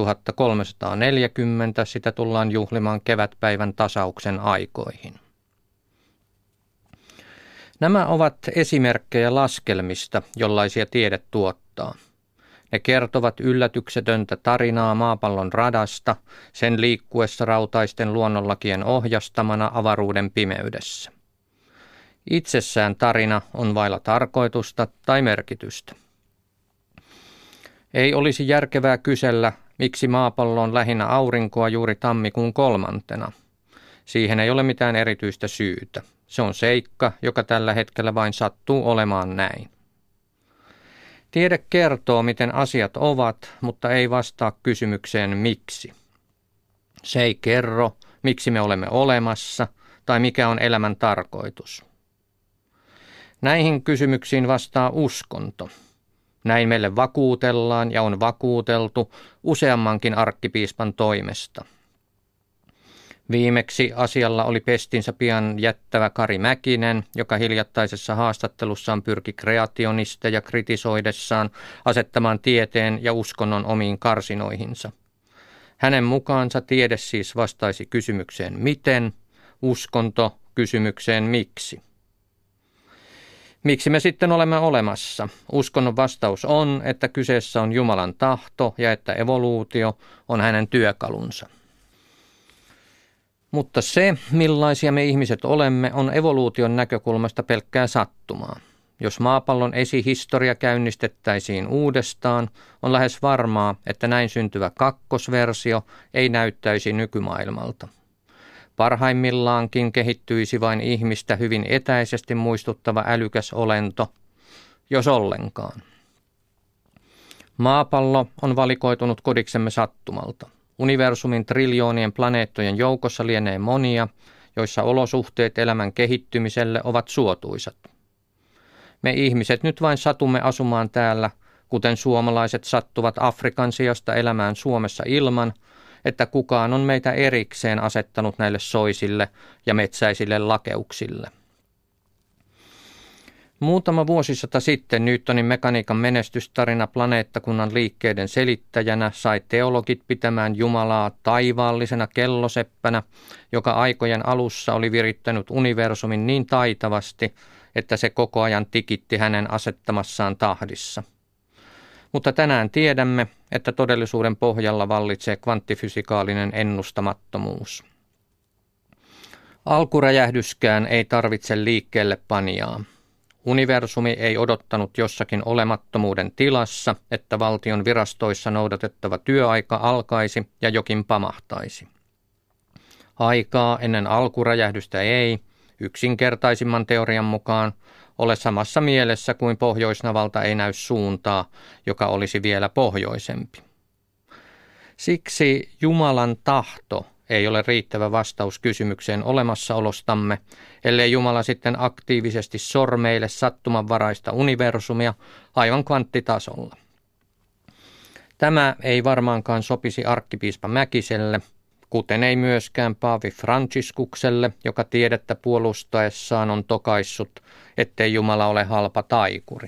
6340 sitä tullaan juhlimaan kevätpäivän tasauksen aikoihin. Nämä ovat esimerkkejä laskelmista, jollaisia tiede tuottaa. Ne kertovat yllätyksetöntä tarinaa maapallon radasta, sen liikkuessa rautaisten luonnonlakien ohjastamana avaruuden pimeydessä. Itsessään tarina on vailla tarkoitusta tai merkitystä. Ei olisi järkevää kysellä, miksi maapallo on lähinnä aurinkoa juuri tammikuun 3. Siihen ei ole mitään erityistä syytä. Se on seikka, joka tällä hetkellä vain sattuu olemaan näin. Tiede kertoo, miten asiat ovat, mutta ei vastaa kysymykseen miksi. Se ei kerro, miksi me olemme olemassa tai mikä on elämän tarkoitus. Näihin kysymyksiin vastaa uskonto. Näin meille vakuutellaan ja on vakuuteltu useammankin arkkipiispan toimesta. Viimeksi asialla oli pestinsä pian jättävä Kari Mäkinen, joka hiljattaisessa haastattelussaan pyrki kreationisteja kritisoidessaan asettamaan tieteen ja uskonnon omiin karsinoihinsa. Hänen mukaansa tiede siis vastaisi kysymykseen miten, uskonto kysymykseen miksi. Miksi me sitten olemme olemassa? Uskonnon vastaus on, että kyseessä on Jumalan tahto ja että evoluutio on hänen työkalunsa. Mutta se, millaisia me ihmiset olemme, on evoluution näkökulmasta pelkkää sattumaa. Jos maapallon esihistoria käynnistettäisiin uudestaan, on lähes varmaa, että näin syntyvä kakkosversio ei näyttäisi nykymaailmalta. Parhaimmillaankin kehittyisi vain ihmistä hyvin etäisesti muistuttava älykäs olento, jos ollenkaan. Maapallo on valikoitunut kodiksemme sattumalta. Universumin triljoonien planeettojen joukossa lienee monia, joissa olosuhteet elämän kehittymiselle ovat suotuisat. Me ihmiset nyt vain satumme asumaan täällä, kuten suomalaiset sattuvat Afrikan sijasta elämään Suomessa ilman, että kukaan on meitä erikseen asettanut näille soisille ja metsäisille lakeuksille. Muutama vuosisata sitten Newtonin mekaniikan menestystarina planeettakunnan liikkeiden selittäjänä sai teologit pitämään Jumalaa taivaallisena kelloseppänä, joka aikojen alussa oli virittänyt universumin niin taitavasti, että se koko ajan tikitti hänen asettamassaan tahdissa. Mutta tänään tiedämme, että todellisuuden pohjalla vallitsee kvanttifysikaalinen ennustamattomuus. Alkuräjähdyskään ei tarvitse liikkeelle panijaa. Universumi ei odottanut jossakin olemattomuuden tilassa, että valtion virastoissa noudatettava työaika alkaisi ja jokin pamahtaisi. Aikaa ennen alkuräjähdystä ei, yksinkertaisimman teorian mukaan, ole samassa mielessä kuin pohjoisnavalta ei näy suuntaa, joka olisi vielä pohjoisempi. Siksi Jumalan tahto ei ole riittävä vastaus kysymykseen olemassaolostamme, ellei Jumala sitten aktiivisesti sormeille sattumanvaraista universumia aivan kvanttitasolla. Tämä ei varmaankaan sopisi arkkipiispa Mäkiselle, kuten ei myöskään paavi Franciscukselle, joka tiedettä puolustaessaan on tokaissut, ettei Jumala ole halpa taikuri.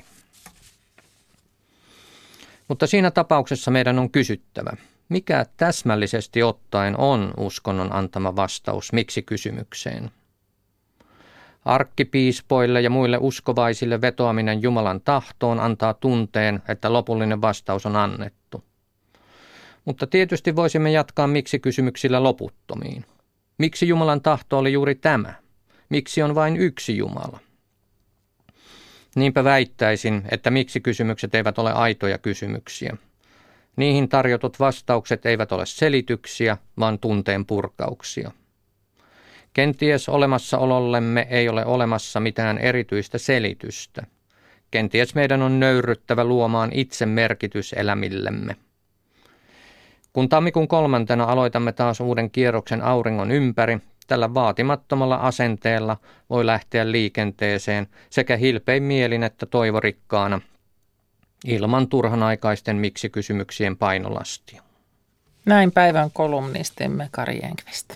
Mutta siinä tapauksessa meidän on kysyttävä, mikä täsmällisesti ottaen on uskonnon antama vastaus miksi-kysymykseen. Arkkipiispoille ja muille uskovaisille vetoaminen Jumalan tahtoon antaa tunteen, että lopullinen vastaus on annettu. Mutta tietysti voisimme jatkaa miksi-kysymyksillä loputtomiin. Miksi Jumalan tahto oli juuri tämä? Miksi on vain yksi Jumala? Niinpä väittäisin, että miksi-kysymykset eivät ole aitoja kysymyksiä. Niihin tarjotut vastaukset eivät ole selityksiä, vaan tunteen purkauksia. Kenties olemassaolollemme ei ole olemassa mitään erityistä selitystä. Kenties meidän on nöyryttävä luomaan itse merkitys elämillemme. Kun tammikuun 3. aloitamme taas uuden kierroksen auringon ympäri, tällä vaatimattomalla asenteella voi lähteä liikenteeseen sekä hilpein mielin että toivorikkaana, ilman turhanaikaisten miksi-kysymyksien painolastia. Näin päivän kolumnistimme Kari Enqvist.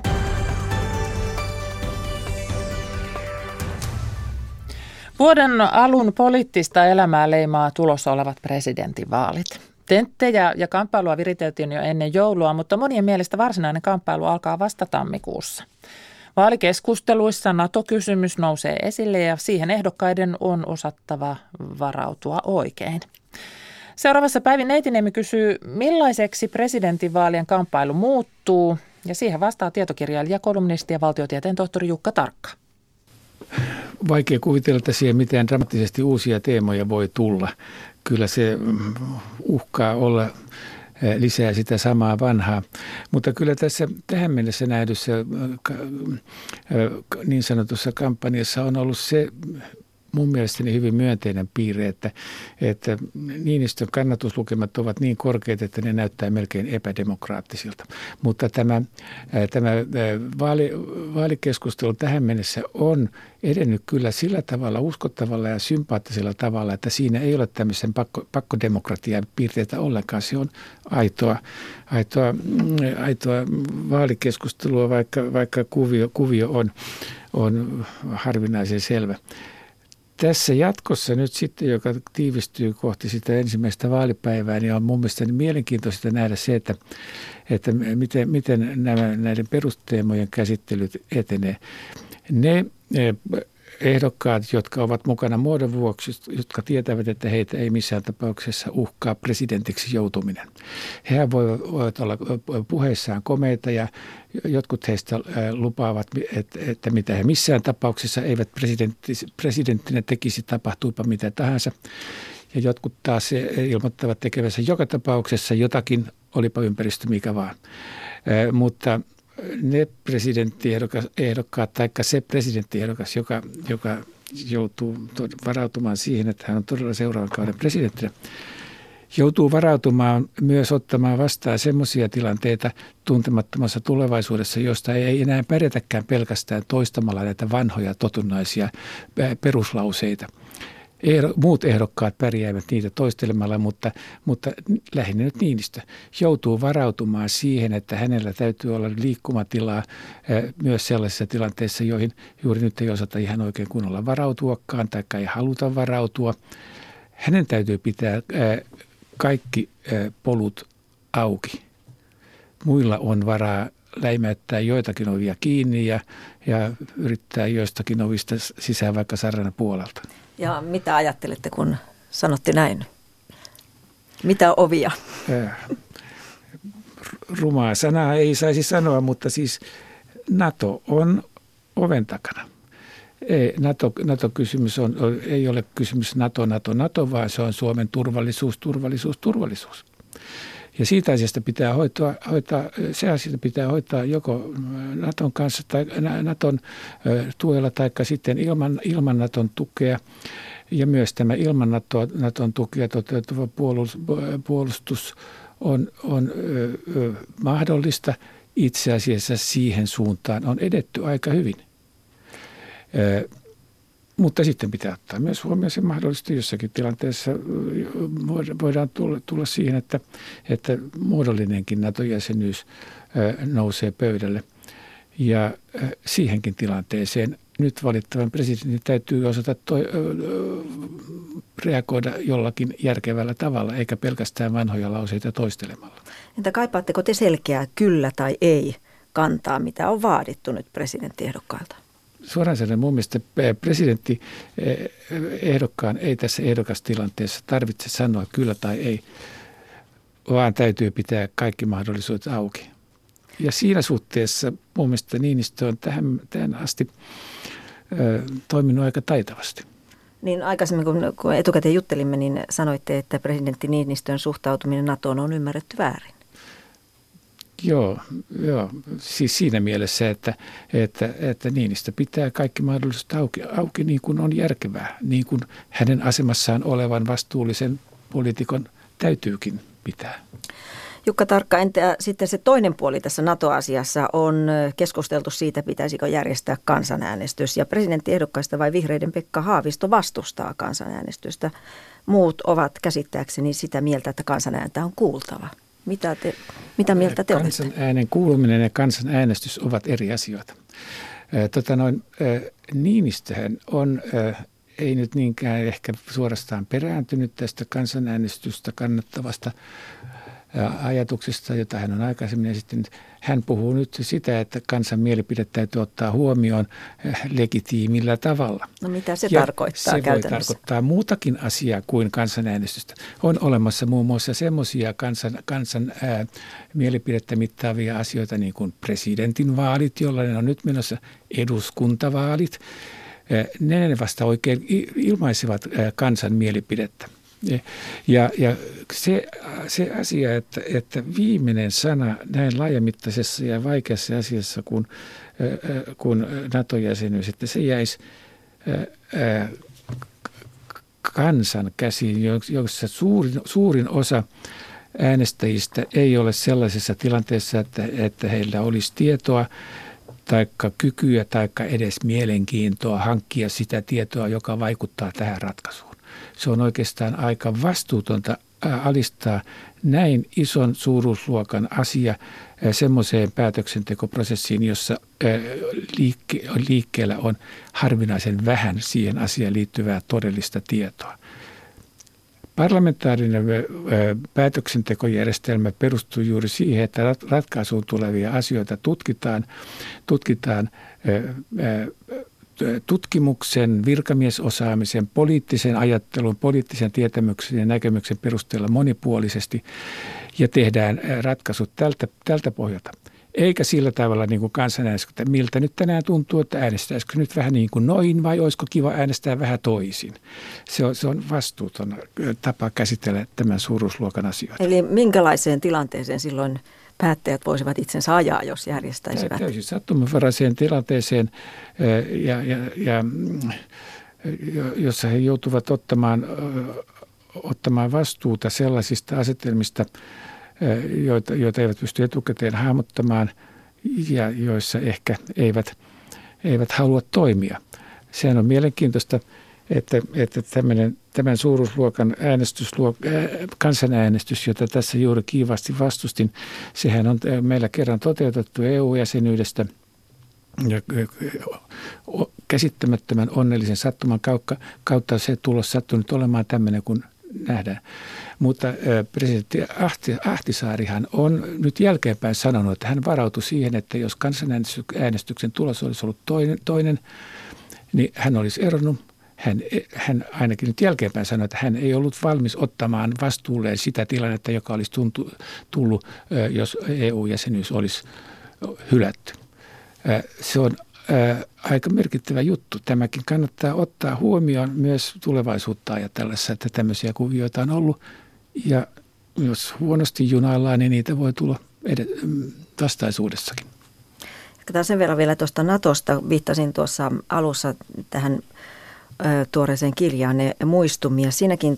Vuoden alun poliittista elämää leimaa tulossa olevat presidentinvaalit. Tenttejä ja kamppailua viriteltiin jo ennen joulua, mutta monien mielestä varsinainen kamppailu alkaa vasta tammikuussa. Vaalikeskusteluissa NATO-kysymys nousee esille ja siihen ehdokkaiden on osattava varautua oikein. Seuraavassa Päivi Neitiniemi kysyy, millaiseksi presidentinvaalien kamppailu muuttuu, ja siihen vastaa tietokirjailija, kolumnisti ja valtiotieteen tohtori Jukka Tarkka. Vaikea kuvitella, että siihen mitään dramaattisesti uusia teemoja voi tulla. Kyllä se uhkaa olla lisää sitä samaa vanhaa, mutta kyllä tässä tähän mennessä nähdyssä niin sanotussa kampanjassa on ollut se mun mielestäni hyvin myönteinen piirre, että Niinistön kannatuslukemat ovat niin korkeat, että ne näyttää melkein epädemokraattisilta. Mutta tämä vaalikeskustelu tähän mennessä on edennyt kyllä sillä tavalla uskottavalla ja sympaattisella tavalla, että siinä ei ole tämmöisen pakkodemokratian piirteitä ollenkaan. Se on aitoa vaalikeskustelua, vaikka kuvio on harvinaisen selvä. Tässä jatkossa nyt sitten, joka tiivistyy kohti sitä ensimmäistä vaalipäivää, niin on mun mielestä mielenkiintoista nähdä se, että miten näiden perusteemojen käsittelyt etenee. Ne ehdokkaat, jotka ovat mukana muodon vuoksi, jotka tietävät, että heitä ei missään tapauksessa uhkaa presidentiksi joutuminen. He voivat olla puheissaan komeita ja jotkut heistä lupaavat, että mitä he missään tapauksessa eivät presidenttinä tekisi, tapahtuipa mitä tahansa. Ja jotkut taas ilmoittavat tekevänsä joka tapauksessa jotakin, olipa ympäristö mikä vaan. Mutta ne presidenttiehdokkaat tai se presidenttiehdokas, joka joutuu varautumaan siihen, että hän on todella seuraavan kauden presidenttinä, joutuu varautumaan myös ottamaan vastaan semmoisia tilanteita tuntemattomassa tulevaisuudessa, josta ei enää pärjätäkään pelkästään toistamalla näitä vanhoja totunnaisia peruslauseita. Muut ehdokkaat pärjäävät niitä toistelemalla, mutta lähinnä nyt Niinistö joutuu varautumaan siihen, että hänellä täytyy olla liikkumatilaa myös sellaisissa tilanteissa, joihin juuri nyt ei osata ihan oikein kunnolla varautuakaan tai ei haluta varautua. Hänen täytyy pitää kaikki polut auki. Muilla on varaa läimäyttää joitakin ovia kiinni ja yrittää joistakin ovista sisään vaikka sarana puolelta. Ja mitä ajattelette, kun sanotte näin? Mitä ovia? Rumaa sanaa ei saisi sanoa, mutta siis NATO on oven takana. NATO-kysymys ei ole kysymys NATO, vaan se on Suomen turvallisuus. Ja siitä asiasta pitää hoitaa joko Naton kanssa tai Naton tuella tai sitten ilman Naton tukea. Ja myös tämä ilman Naton tukea toteutuva puolustus on mahdollista. Itse asiassa siihen suuntaan on edetty aika hyvin. Mutta sitten pitää ottaa myös huomioon se mahdollisesti jossakin tilanteessa voidaan tulla siihen, että muodollinenkin NATO-jäsenyys nousee pöydälle. Ja siihenkin tilanteeseen nyt valittavan presidentin täytyy osata reagoida jollakin järkevällä tavalla, eikä pelkästään vanhoja lauseita toistelemalla. Entä kaipaatteko te selkeää kyllä tai ei kantaa, mitä on vaadittu nyt presidenttiehdokkailta? Suoraan sanoen mun mielestä presidenttiehdokkaan ei tässä ehdokastilanteessa tarvitse sanoa kyllä tai ei, vaan täytyy pitää kaikki mahdollisuudet auki. Ja siinä suhteessa mun mielestä Niinistö on tähän asti toiminut aika taitavasti. Niin aikaisemmin, kun etukäteen juttelimme, niin sanoitte, että presidentti Niinistön suhtautuminen NATOon on ymmärretty väärin. Joo, siis siinä mielessä, että Niinistö pitää kaikki mahdollisuudet auki niin kuin on järkevää, niin kuin hänen asemassaan olevan vastuullisen poliitikon täytyykin pitää. Jukka Tarkka, entä sitten se toinen puoli tässä NATO-asiassa on keskusteltu siitä, pitäisikö järjestää kansanäänestys. Ja presidenttiehdokkaista vai vihreiden Pekka Haavisto vastustaa kansanäänestystä. Muut ovat käsittääkseni sitä mieltä, että kansanääntä on kuultava. Mitä mieltä te olette? Kansanäänen kuuluminen ja kansanäänestys ovat eri asioita. Niinistöhän on, ei nyt niinkään ehkä suorastaan perääntynyt tästä kansanäänestystä kannattavasta ajatuksesta, jota hän on aikaisemmin esittänyt. Hän puhuu nyt sitä, että kansan mielipide täytyy ottaa huomioon legitiimillä tavalla. No mitä se tarkoittaa käytännössä? Se voi tarkoittaa muutakin asiaa kuin kansanäänestystä. On olemassa muun muassa semmoisia kansan mielipidettä mittaavia asioita niin kuin presidentinvaalit, jollainen on nyt menossa eduskuntavaalit. Ne vasta oikein ilmaisevat kansan mielipidettä. Ja se asia, että viimeinen sana näin laajamittaisessa ja vaikeassa asiassa kuin NATO-jäsenyys, että se jäisi kansan käsiin, jossa suurin osa äänestäjistä ei ole sellaisessa tilanteessa, että heillä olisi tietoa taikka kykyä taikka edes mielenkiintoa hankkia sitä tietoa, joka vaikuttaa tähän ratkaisuun. Se on oikeastaan aika vastuutonta alistaa näin ison suuruusluokan asia semmoiseen päätöksentekoprosessiin, jossa liikkeellä on harvinaisen vähän siihen asiaan liittyvää todellista tietoa. Parlamentaarinen päätöksentekojärjestelmä perustuu juuri siihen, että ratkaisuun tulevia asioita tutkitaan tutkimuksen, virkamiesosaamisen, poliittisen ajattelun, poliittisen tietämyksen ja näkemyksen perusteella monipuolisesti ja tehdään ratkaisut tältä pohjalta. Eikä sillä tavalla niin kuin kansanäänestys, että miltä nyt tänään tuntuu, että äänestäisikö nyt vähän niin kuin noin vai olisiko kiva äänestää vähän toisin. Se on vastuuton tapa käsitellä tämän suuruusluokan asioita. Eli minkälaiseen tilanteeseen silloin päättäjät voisivat itsensä ajaa, jos järjestäisivät? Täysin sattumanvaraiseen tilanteeseen, jossa he joutuvat ottamaan vastuuta sellaisista asetelmista, joita eivät pysty etukäteen hahmottamaan ja joissa ehkä eivät halua toimia. Sehän on mielenkiintoista, että tämän suuruusluokan kansanäänestys, jota tässä juuri kiivaasti vastustin, sehän on meillä kerran toteutettu EU-jäsenyydestä ja käsittämättömän onnellisen sattuman kautta se tulos sattunut olemaan tämmöinen kuin nähdään. Mutta presidentti Ahtisaarihan on nyt jälkeenpäin sanonut, että hän varautui siihen, että jos kansanäänestyksen tulos olisi ollut toinen, niin hän olisi eronnut. Hän ainakin nyt jälkeenpäin sanoi, että hän ei ollut valmis ottamaan vastuulleen sitä tilannetta, joka olisi tullut, jos EU-jäsenyys olisi hylätty. Se on aika merkittävä juttu. Tämäkin kannattaa ottaa huomioon myös tulevaisuutta ajatellessa, että tämmöisiä kuvioita on ollut. Ja jos huonosti junaillaan, niin niitä voi tulla vastaisuudessakin. Jatketaan sen verran vielä tuosta Natosta. Viittasin tuossa alussa tähän tuoreeseen kirjaan ne muistumia. Siinäkin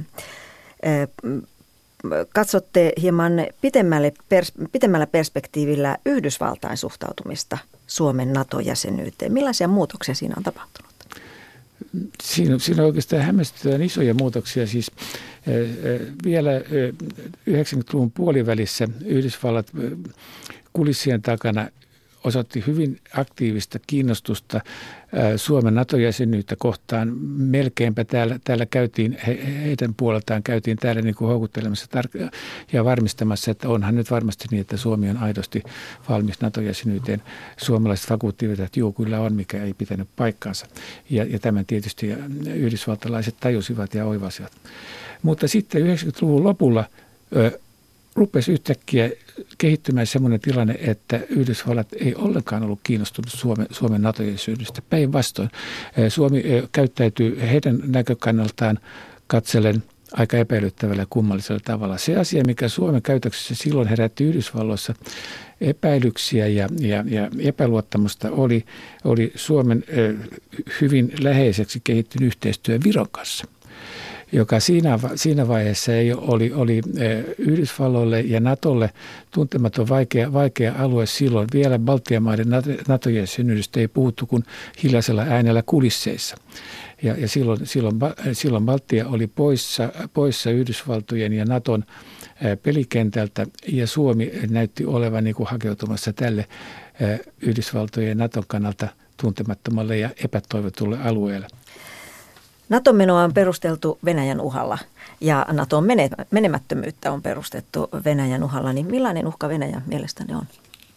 katsotte hieman pitemmällä perspektiivillä Yhdysvaltain suhtautumista Suomen NATO-jäsenyyteen. Millaisia muutoksia siinä on tapahtunut? Siinä on oikeastaan hämmästyttävän isoja muutoksia. Siis vielä 90-luvun puolivälissä Yhdysvallat kulissien takana osoitti hyvin aktiivista kiinnostusta Suomen NATO-jäsenyyttä kohtaan. Melkeinpä täällä käytiin, heidän puoleltaan käytiin täällä niin kuin houkuttelemassa ja varmistamassa, että onhan nyt varmasti niin, että Suomi on aidosti valmis NATO-jäsenyyteen. Suomalaiset vakuuttivat, että joo, kyllä on, mikä ei pitänyt paikkaansa. Ja tämän tietysti yhdysvaltalaiset tajusivat ja oivasivat. Mutta sitten 90-luvun lopulla rupesi yhtäkkiä kehittymään sellainen tilanne, että Yhdysvallat ei ollenkaan ollut kiinnostunut Suomen NATO-jäsenyydestä. Päinvastoin Suomi käyttäytyy heidän näkökannaltaan katsellen aika epäilyttävällä ja kummallisella tavalla. Se asia, mikä Suomen käytöksessä silloin herätti Yhdysvalloissa epäilyksiä ja epäluottamusta, oli Suomen hyvin läheiseksi kehittynyt yhteistyö Viron kanssa, joka siinä vaiheessa oli Yhdysvalloille ja Natolle tuntematon vaikea alue silloin. Vielä Baltian maiden NATO-jäsenyydestä ei puhuttu kuin hiljaisella äänellä kulisseissa. Ja silloin Baltia oli poissa Yhdysvaltojen ja Naton pelikentältä, ja Suomi näytti olevan niin kuin hakeutumassa tälle Yhdysvaltojen ja Naton kannalta tuntemattomalle ja epätoivotulle alueelle. Naton menoa on perusteltu Venäjän uhalla ja Naton menemättömyyttä on perustettu Venäjän uhalla. Niin millainen uhka Venäjän mielestäni on?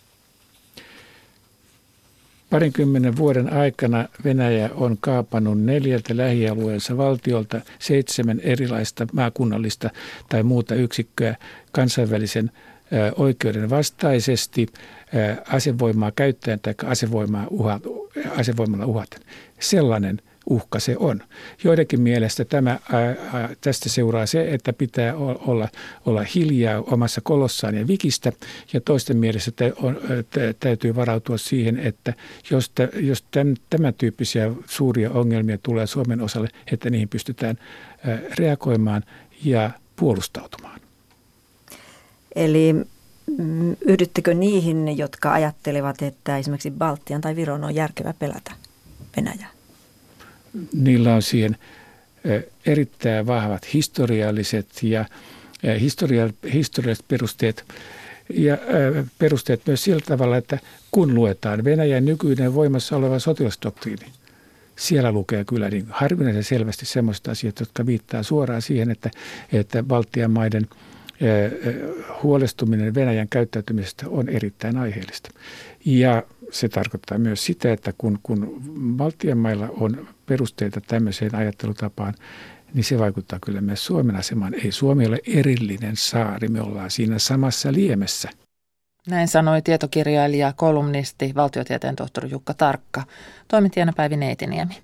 20 vuoden aikana Venäjä on kaapannut 4 lähialueensa valtiolta 7 erilaista maakunnallista tai muuta yksikköä kansainvälisen oikeuden vastaisesti asevoimaa käyttäen tai asevoimalla uhaten. Sellainen uhka se on. Joidenkin mielestä tästä seuraa se, että pitää olla hiljaa omassa kolossaan ja vikistä, ja toisten mielestä täytyy varautua siihen, että jos tämän tyyppisiä suuria ongelmia tulee Suomen osalle, että niihin pystytään reagoimaan ja puolustautumaan. Eli yhdyttekö niihin, jotka ajattelevat, että esimerkiksi Baltian tai Viron on järkevä pelätä Venäjää? Niillä on siihen erittäin vahvat historialliset ja historialliset perusteet ja perusteet myös sillä tavalla, että kun luetaan Venäjän nykyinen voimassa oleva sotilasdoktriini, siellä lukee kyllä niin harvinaisen selvästi sellaiset asiat, jotka viittaa suoraan siihen, että Baltian maiden huolestuminen Venäjän käyttäytymisestä on erittäin aiheellista. Ja se tarkoittaa myös sitä, että kun Baltian mailla on perusteita tämmöiseen ajattelutapaan, niin se vaikuttaa kyllä myös Suomen asemaan. Ei Suomi ole erillinen saari, me ollaan siinä samassa liemessä. Näin sanoi tietokirjailija, kolumnisti, valtiotieteen tohtori Jukka Tarkka. Toimittajana Päivi Neitiniemi.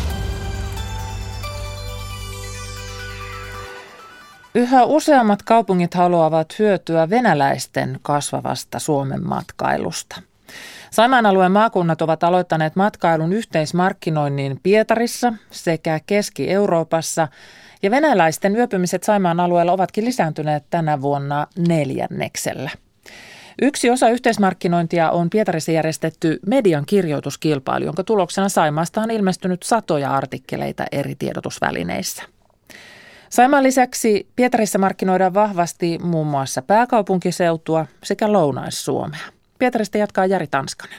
Yhä useammat kaupungit haluavat hyötyä venäläisten kasvavasta Suomen matkailusta. Saimaan alueen maakunnat ovat aloittaneet matkailun yhteismarkkinoinnin Pietarissa sekä Keski-Euroopassa, ja venäläisten yöpymiset Saimaan alueella ovatkin lisääntyneet tänä vuonna 4. Yksi osa yhteismarkkinointia on Pietarissa järjestetty median kirjoituskilpailu, jonka tuloksena Saimaasta on ilmestynyt satoja artikkeleita eri tiedotusvälineissä. Saimaan lisäksi Pietarissa markkinoidaan vahvasti muun muassa pääkaupunkiseutua sekä Lounais-Suomea. Pietarista jatkaa Jari Tanskanen.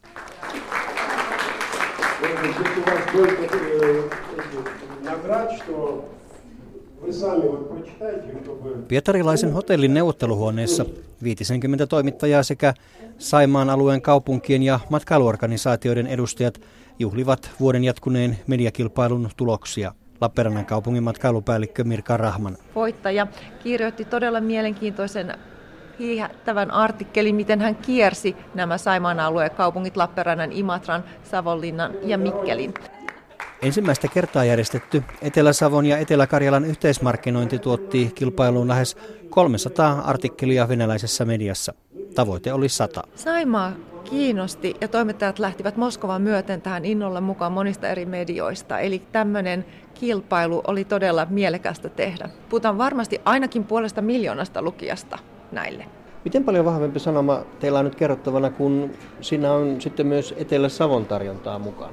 Pietarilaisen hotellin neuvotteluhuoneessa 50 toimittajaa sekä Saimaan alueen kaupunkien ja matkailuorganisaatioiden edustajat juhlivat vuoden jatkuneen mediakilpailun tuloksia. Lappeenrannan kaupungin matkailupäällikkö Mirka Rahman. Voittaja kirjoitti todella mielenkiintoisen hiihättävän artikkelin, miten hän kiersi nämä Saimaan alueen kaupungit Lappeenrannan, Imatran, Savonlinnan ja Mikkelin. Ensimmäistä kertaa järjestetty Etelä-Savon ja Etelä-Karjalan yhteismarkkinointi tuotti kilpailuun lähes 300 artikkelia venäläisessä mediassa. Tavoite oli 100. Saimaa kiinnosti ja toimittajat lähtivät Moskovan myöten tähän innolla mukaan monista eri medioista. Eli tämmöinen kilpailu oli todella mielekästä tehdä. Puhutaan varmasti ainakin 500 000 lukijasta näille. Miten paljon vahvempi sanoma teillä on nyt kerrottavana, kun siinä on sitten myös Etelä-Savon tarjontaa mukaan?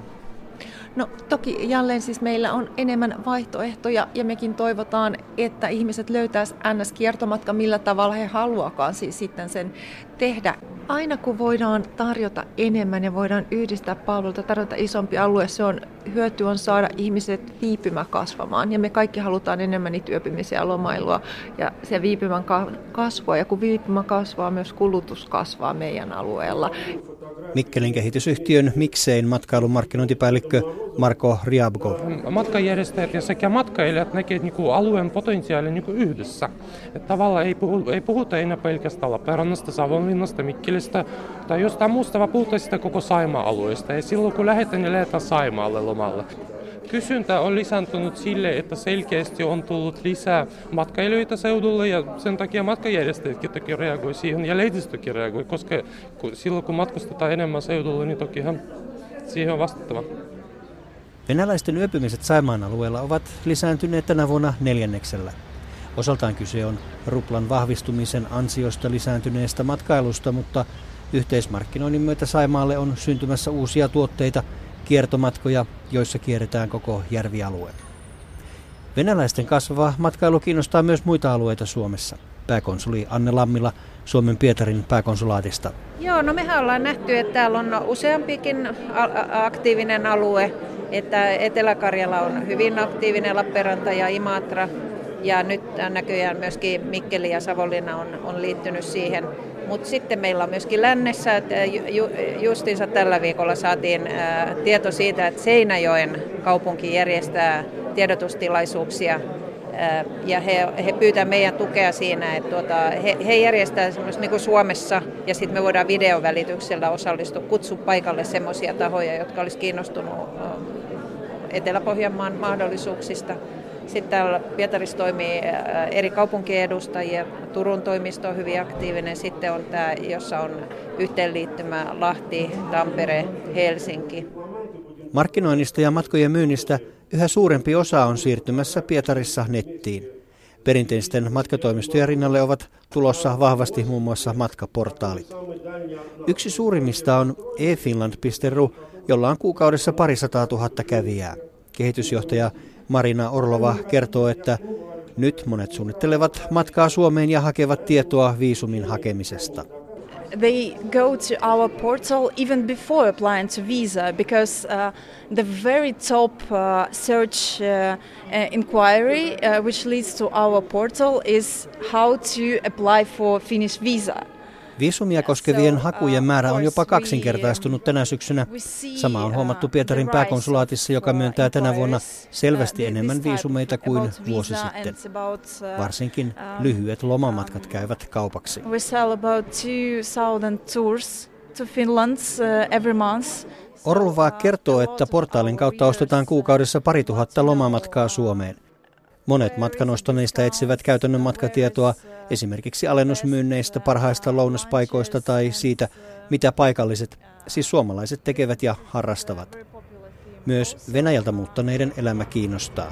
No toki jälleen siis meillä on enemmän vaihtoehtoja ja mekin toivotaan, että ihmiset löytäisivät NS-kiertomatka, millä tavalla he haluakaan siis sitten sen tehdä. Aina kun voidaan tarjota enemmän ja voidaan yhdistää palveluita, tarjota isompi alue, hyöty on saada ihmiset viipymä kasvamaan. Ja me kaikki halutaan enemmän niitä yöpymisiä ja lomailua ja se viipymän kasvua. Ja kun viipymä kasvaa, myös kulutus kasvaa meidän alueella. Mikkelin kehitysyhtiön Miksein matkailumarkkinointipäällikkö Marko Riabko. Matkanjärjestäjät ja sekä matkailijat näkevät alueen potentiaalin yhdessä. Että tavallaan ei puhuta enää pelkästään Lappeenrannasta, Savonlinnasta, Mikkelistä tai jostain muusta, vaan puhutaan sitä koko Saimaa-alueesta. Ja silloin kun lähdetään, niin lähdetään Saimaalle lomalle. Kysyntä on lisääntynyt sille, että selkeästi on tullut lisää matkailijoita seudulle ja sen takia matkanjärjestäjätkin toki reagoi siihen ja lehdistökin reagoi, koska silloin kun matkustetaan enemmän seudulle, niin tokihan siihen on vastattava. Venäläisten yöpymiset Saimaan alueella ovat lisääntyneet tänä vuonna 4. Osaltaan kyse on ruplan vahvistumisen ansiosta lisääntyneestä matkailusta, mutta yhteismarkkinoinnin myötä Saimaalle on syntymässä uusia tuotteita, kiertomatkoja, joissa kierretään koko järvialue. Venäläisten kasvava matkailu kiinnostaa myös muita alueita Suomessa. Pääkonsuli Anne Lammila Suomen Pietarin pääkonsulaatista. Joo, no mehän ollaan nähty, että täällä on useampikin aktiivinen alue. Että Etelä-Karjala on hyvin aktiivinen, Lappeenranta ja Imatra. Ja nyt näköjään myöskin Mikkeli ja Savonlinna on liittynyt siihen. Mutta sitten meillä on myöskin lännessä, että justiinsa tällä viikolla saatiin tieto siitä, että Seinäjoen kaupunki järjestää tiedotustilaisuuksia. Ja he pyytävät meidän tukea siinä, että he järjestävät semmoista niin kuin Suomessa ja sitten me voidaan videon välityksellä osallistua, kutsua paikalle semmoisia tahoja, jotka olisi kiinnostunut Etelä-Pohjanmaan mahdollisuuksista. Sitten täällä Pietarissa toimii eri kaupunkien edustajia, Turun toimisto on hyvin aktiivinen, sitten on tämä, jossa on yhteenliittymä Lahti, Tampere, Helsinki. Markkinoinnista ja matkojen myynnistä yhä suurempi osa on siirtymässä Pietarissa nettiin. Perinteisten matkatoimistojen rinnalle ovat tulossa vahvasti muun muassa matkaportaalit. Yksi suurimmista on efinland.ru, jolla on kuukaudessa 200 000 kävijää. Kehitysjohtaja Marina Orlova kertoo, että nyt monet suunnittelevat matkaa Suomeen ja hakevat tietoa viisumin hakemisesta. They go to our portal even before applying to visa because the very top search inquiry which leads to our portal is how to apply for Finnish visa. Viisumia koskevien hakujen määrä on jopa kaksinkertaistunut tänä syksynä. Sama on huomattu Pietarin pääkonsulaatissa, joka myöntää tänä vuonna selvästi enemmän viisumeita kuin vuosi sitten. Varsinkin lyhyet lomamatkat käyvät kaupaksi. We sell about 2,000 tours to Finland every month. Orlova kertoo, että portaalin kautta ostetaan kuukaudessa 2,000 lomamatkaa Suomeen. Monet matkanostaneista etsivät käytännön matkatietoa esimerkiksi alennusmyynneistä, parhaista lounaspaikoista tai siitä, mitä paikalliset, siis suomalaiset, tekevät ja harrastavat. Myös Venäjältä muuttaneiden elämä kiinnostaa.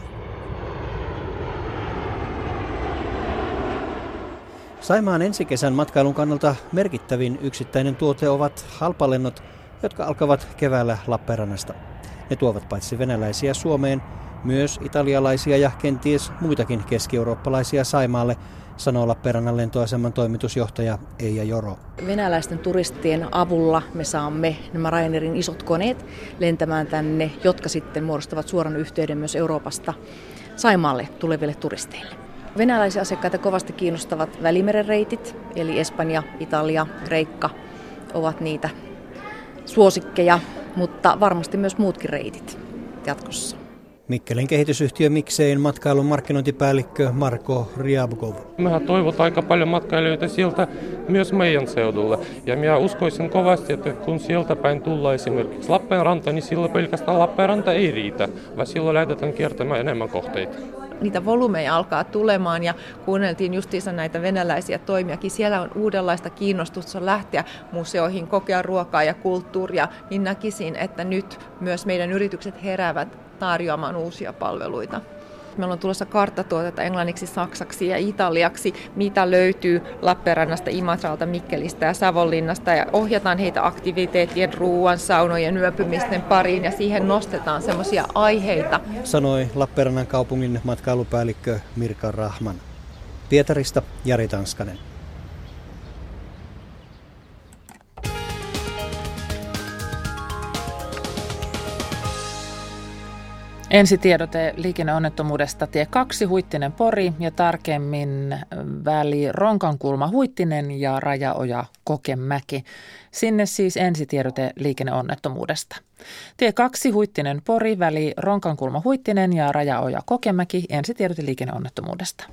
Saimaan ensi kesän matkailun kannalta merkittävin yksittäinen tuote ovat halpalennot, jotka alkavat keväällä Lappeenrannasta. Ne tuovat paitsi venäläisiä Suomeen, myös italialaisia ja kenties muitakin keski-eurooppalaisia Saimaalle, sanoo Lappeenrannan lentoaseman toimitusjohtaja Eija Joro. Venäläisten turistien avulla me saamme nämä Ryanairin isot koneet lentämään tänne, jotka sitten muodostavat suoran yhteyden myös Euroopasta Saimaalle tuleville turisteille. Venäläisiä asiakkaita kovasti kiinnostavat Välimeren reitit, eli Espanja, Italia, Kreikka ovat niitä suosikkeja, mutta varmasti myös muutkin reitit jatkossa. Mikkelin kehitysyhtiö Miksein matkailun markkinointipäällikkö Marko Ryabkov. Mehän toivotaan aika paljon matkailijoita sieltä myös meidän seudulle. Ja minä uskoisin kovasti, että kun sieltä päin tullaan esimerkiksi Lappeenranta, niin silloin pelkästään Lappeenranta ei riitä, vaan silloin lähdetään kiertämään enemmän kohteita. Niitä volyymeja alkaa tulemaan ja kuunneltiin justiinsa näitä venäläisiä toimijakin. Siellä on uudenlaista kiinnostusta lähteä museoihin, kokea ruokaa ja kulttuuria, niin näkisin, että nyt myös meidän yritykset heräävät tarjoamaan uusia palveluita. Meillä on tulossa karttatuotetta englanniksi, saksaksi ja italiaksi, mitä löytyy Lappeenrannasta, Imatralta, Mikkelistä ja Savonlinnasta. Ja ohjataan heitä aktiviteettien, ruoan, saunojen, yöpymisten pariin ja siihen nostetaan semmoisia aiheita. Sanoi Lappeenrannan kaupungin matkailupäällikkö Mirka Rahman. Pietarista Jari Tanskanen. Ensitiedote liikenneonnettomuudesta tie 2 Huittinen-Pori ja tarkemmin väli Ronkankulma-Huittinen ja Rajaoja-Kokemäki. Sinne siis ensitiedote liikenneonnettomuudesta. Tie 2 Huittinen-Pori väli Ronkankulma-Huittinen ja Rajaoja-Kokemäki. Ensitiedote liikenneonnettomuudesta.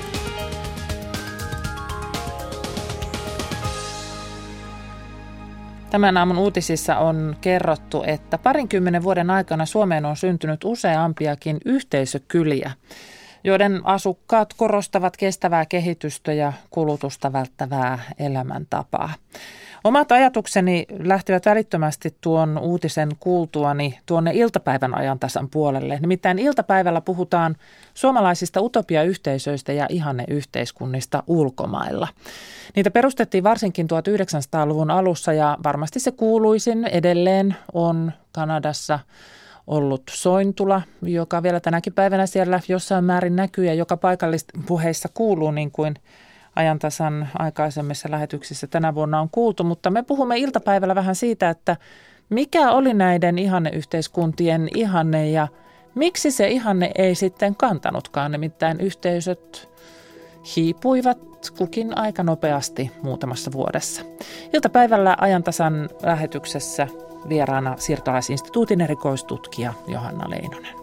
Tämän aamun uutisissa on kerrottu, että 20 vuoden aikana Suomeen on syntynyt useampiakin yhteisökyliä, joiden asukkaat korostavat kestävää kehitystä ja kulutusta välttävää elämäntapaa. Omat ajatukseni lähtivät välittömästi tuon uutisen kuultuani tuonne iltapäivän ajantasan puolelle. Nimittäin iltapäivällä puhutaan suomalaisista utopiayhteisöistä ja ihanneyhteiskunnista ulkomailla. Niitä perustettiin varsinkin 1900-luvun alussa ja varmasti se kuuluisin edelleen on Kanadassa ollut Sointula, joka vielä tänäkin päivänä siellä jossain määrin näkyy ja joka paikallispuheissa kuuluu niin kuin ajantasan aikaisemmissa lähetyksissä tänä vuonna on kuultu, mutta me puhumme iltapäivällä vähän siitä, että mikä oli näiden ihanneyhteiskuntien ihanne ja miksi se ihanne ei sitten kantanutkaan, nimittäin yhteisöt hiipuivat kukin aika nopeasti muutamassa vuodessa. Iltapäivällä ajantasan lähetyksessä vieraana siirtolaisinstituutin erikoistutkija Johanna Leinonen.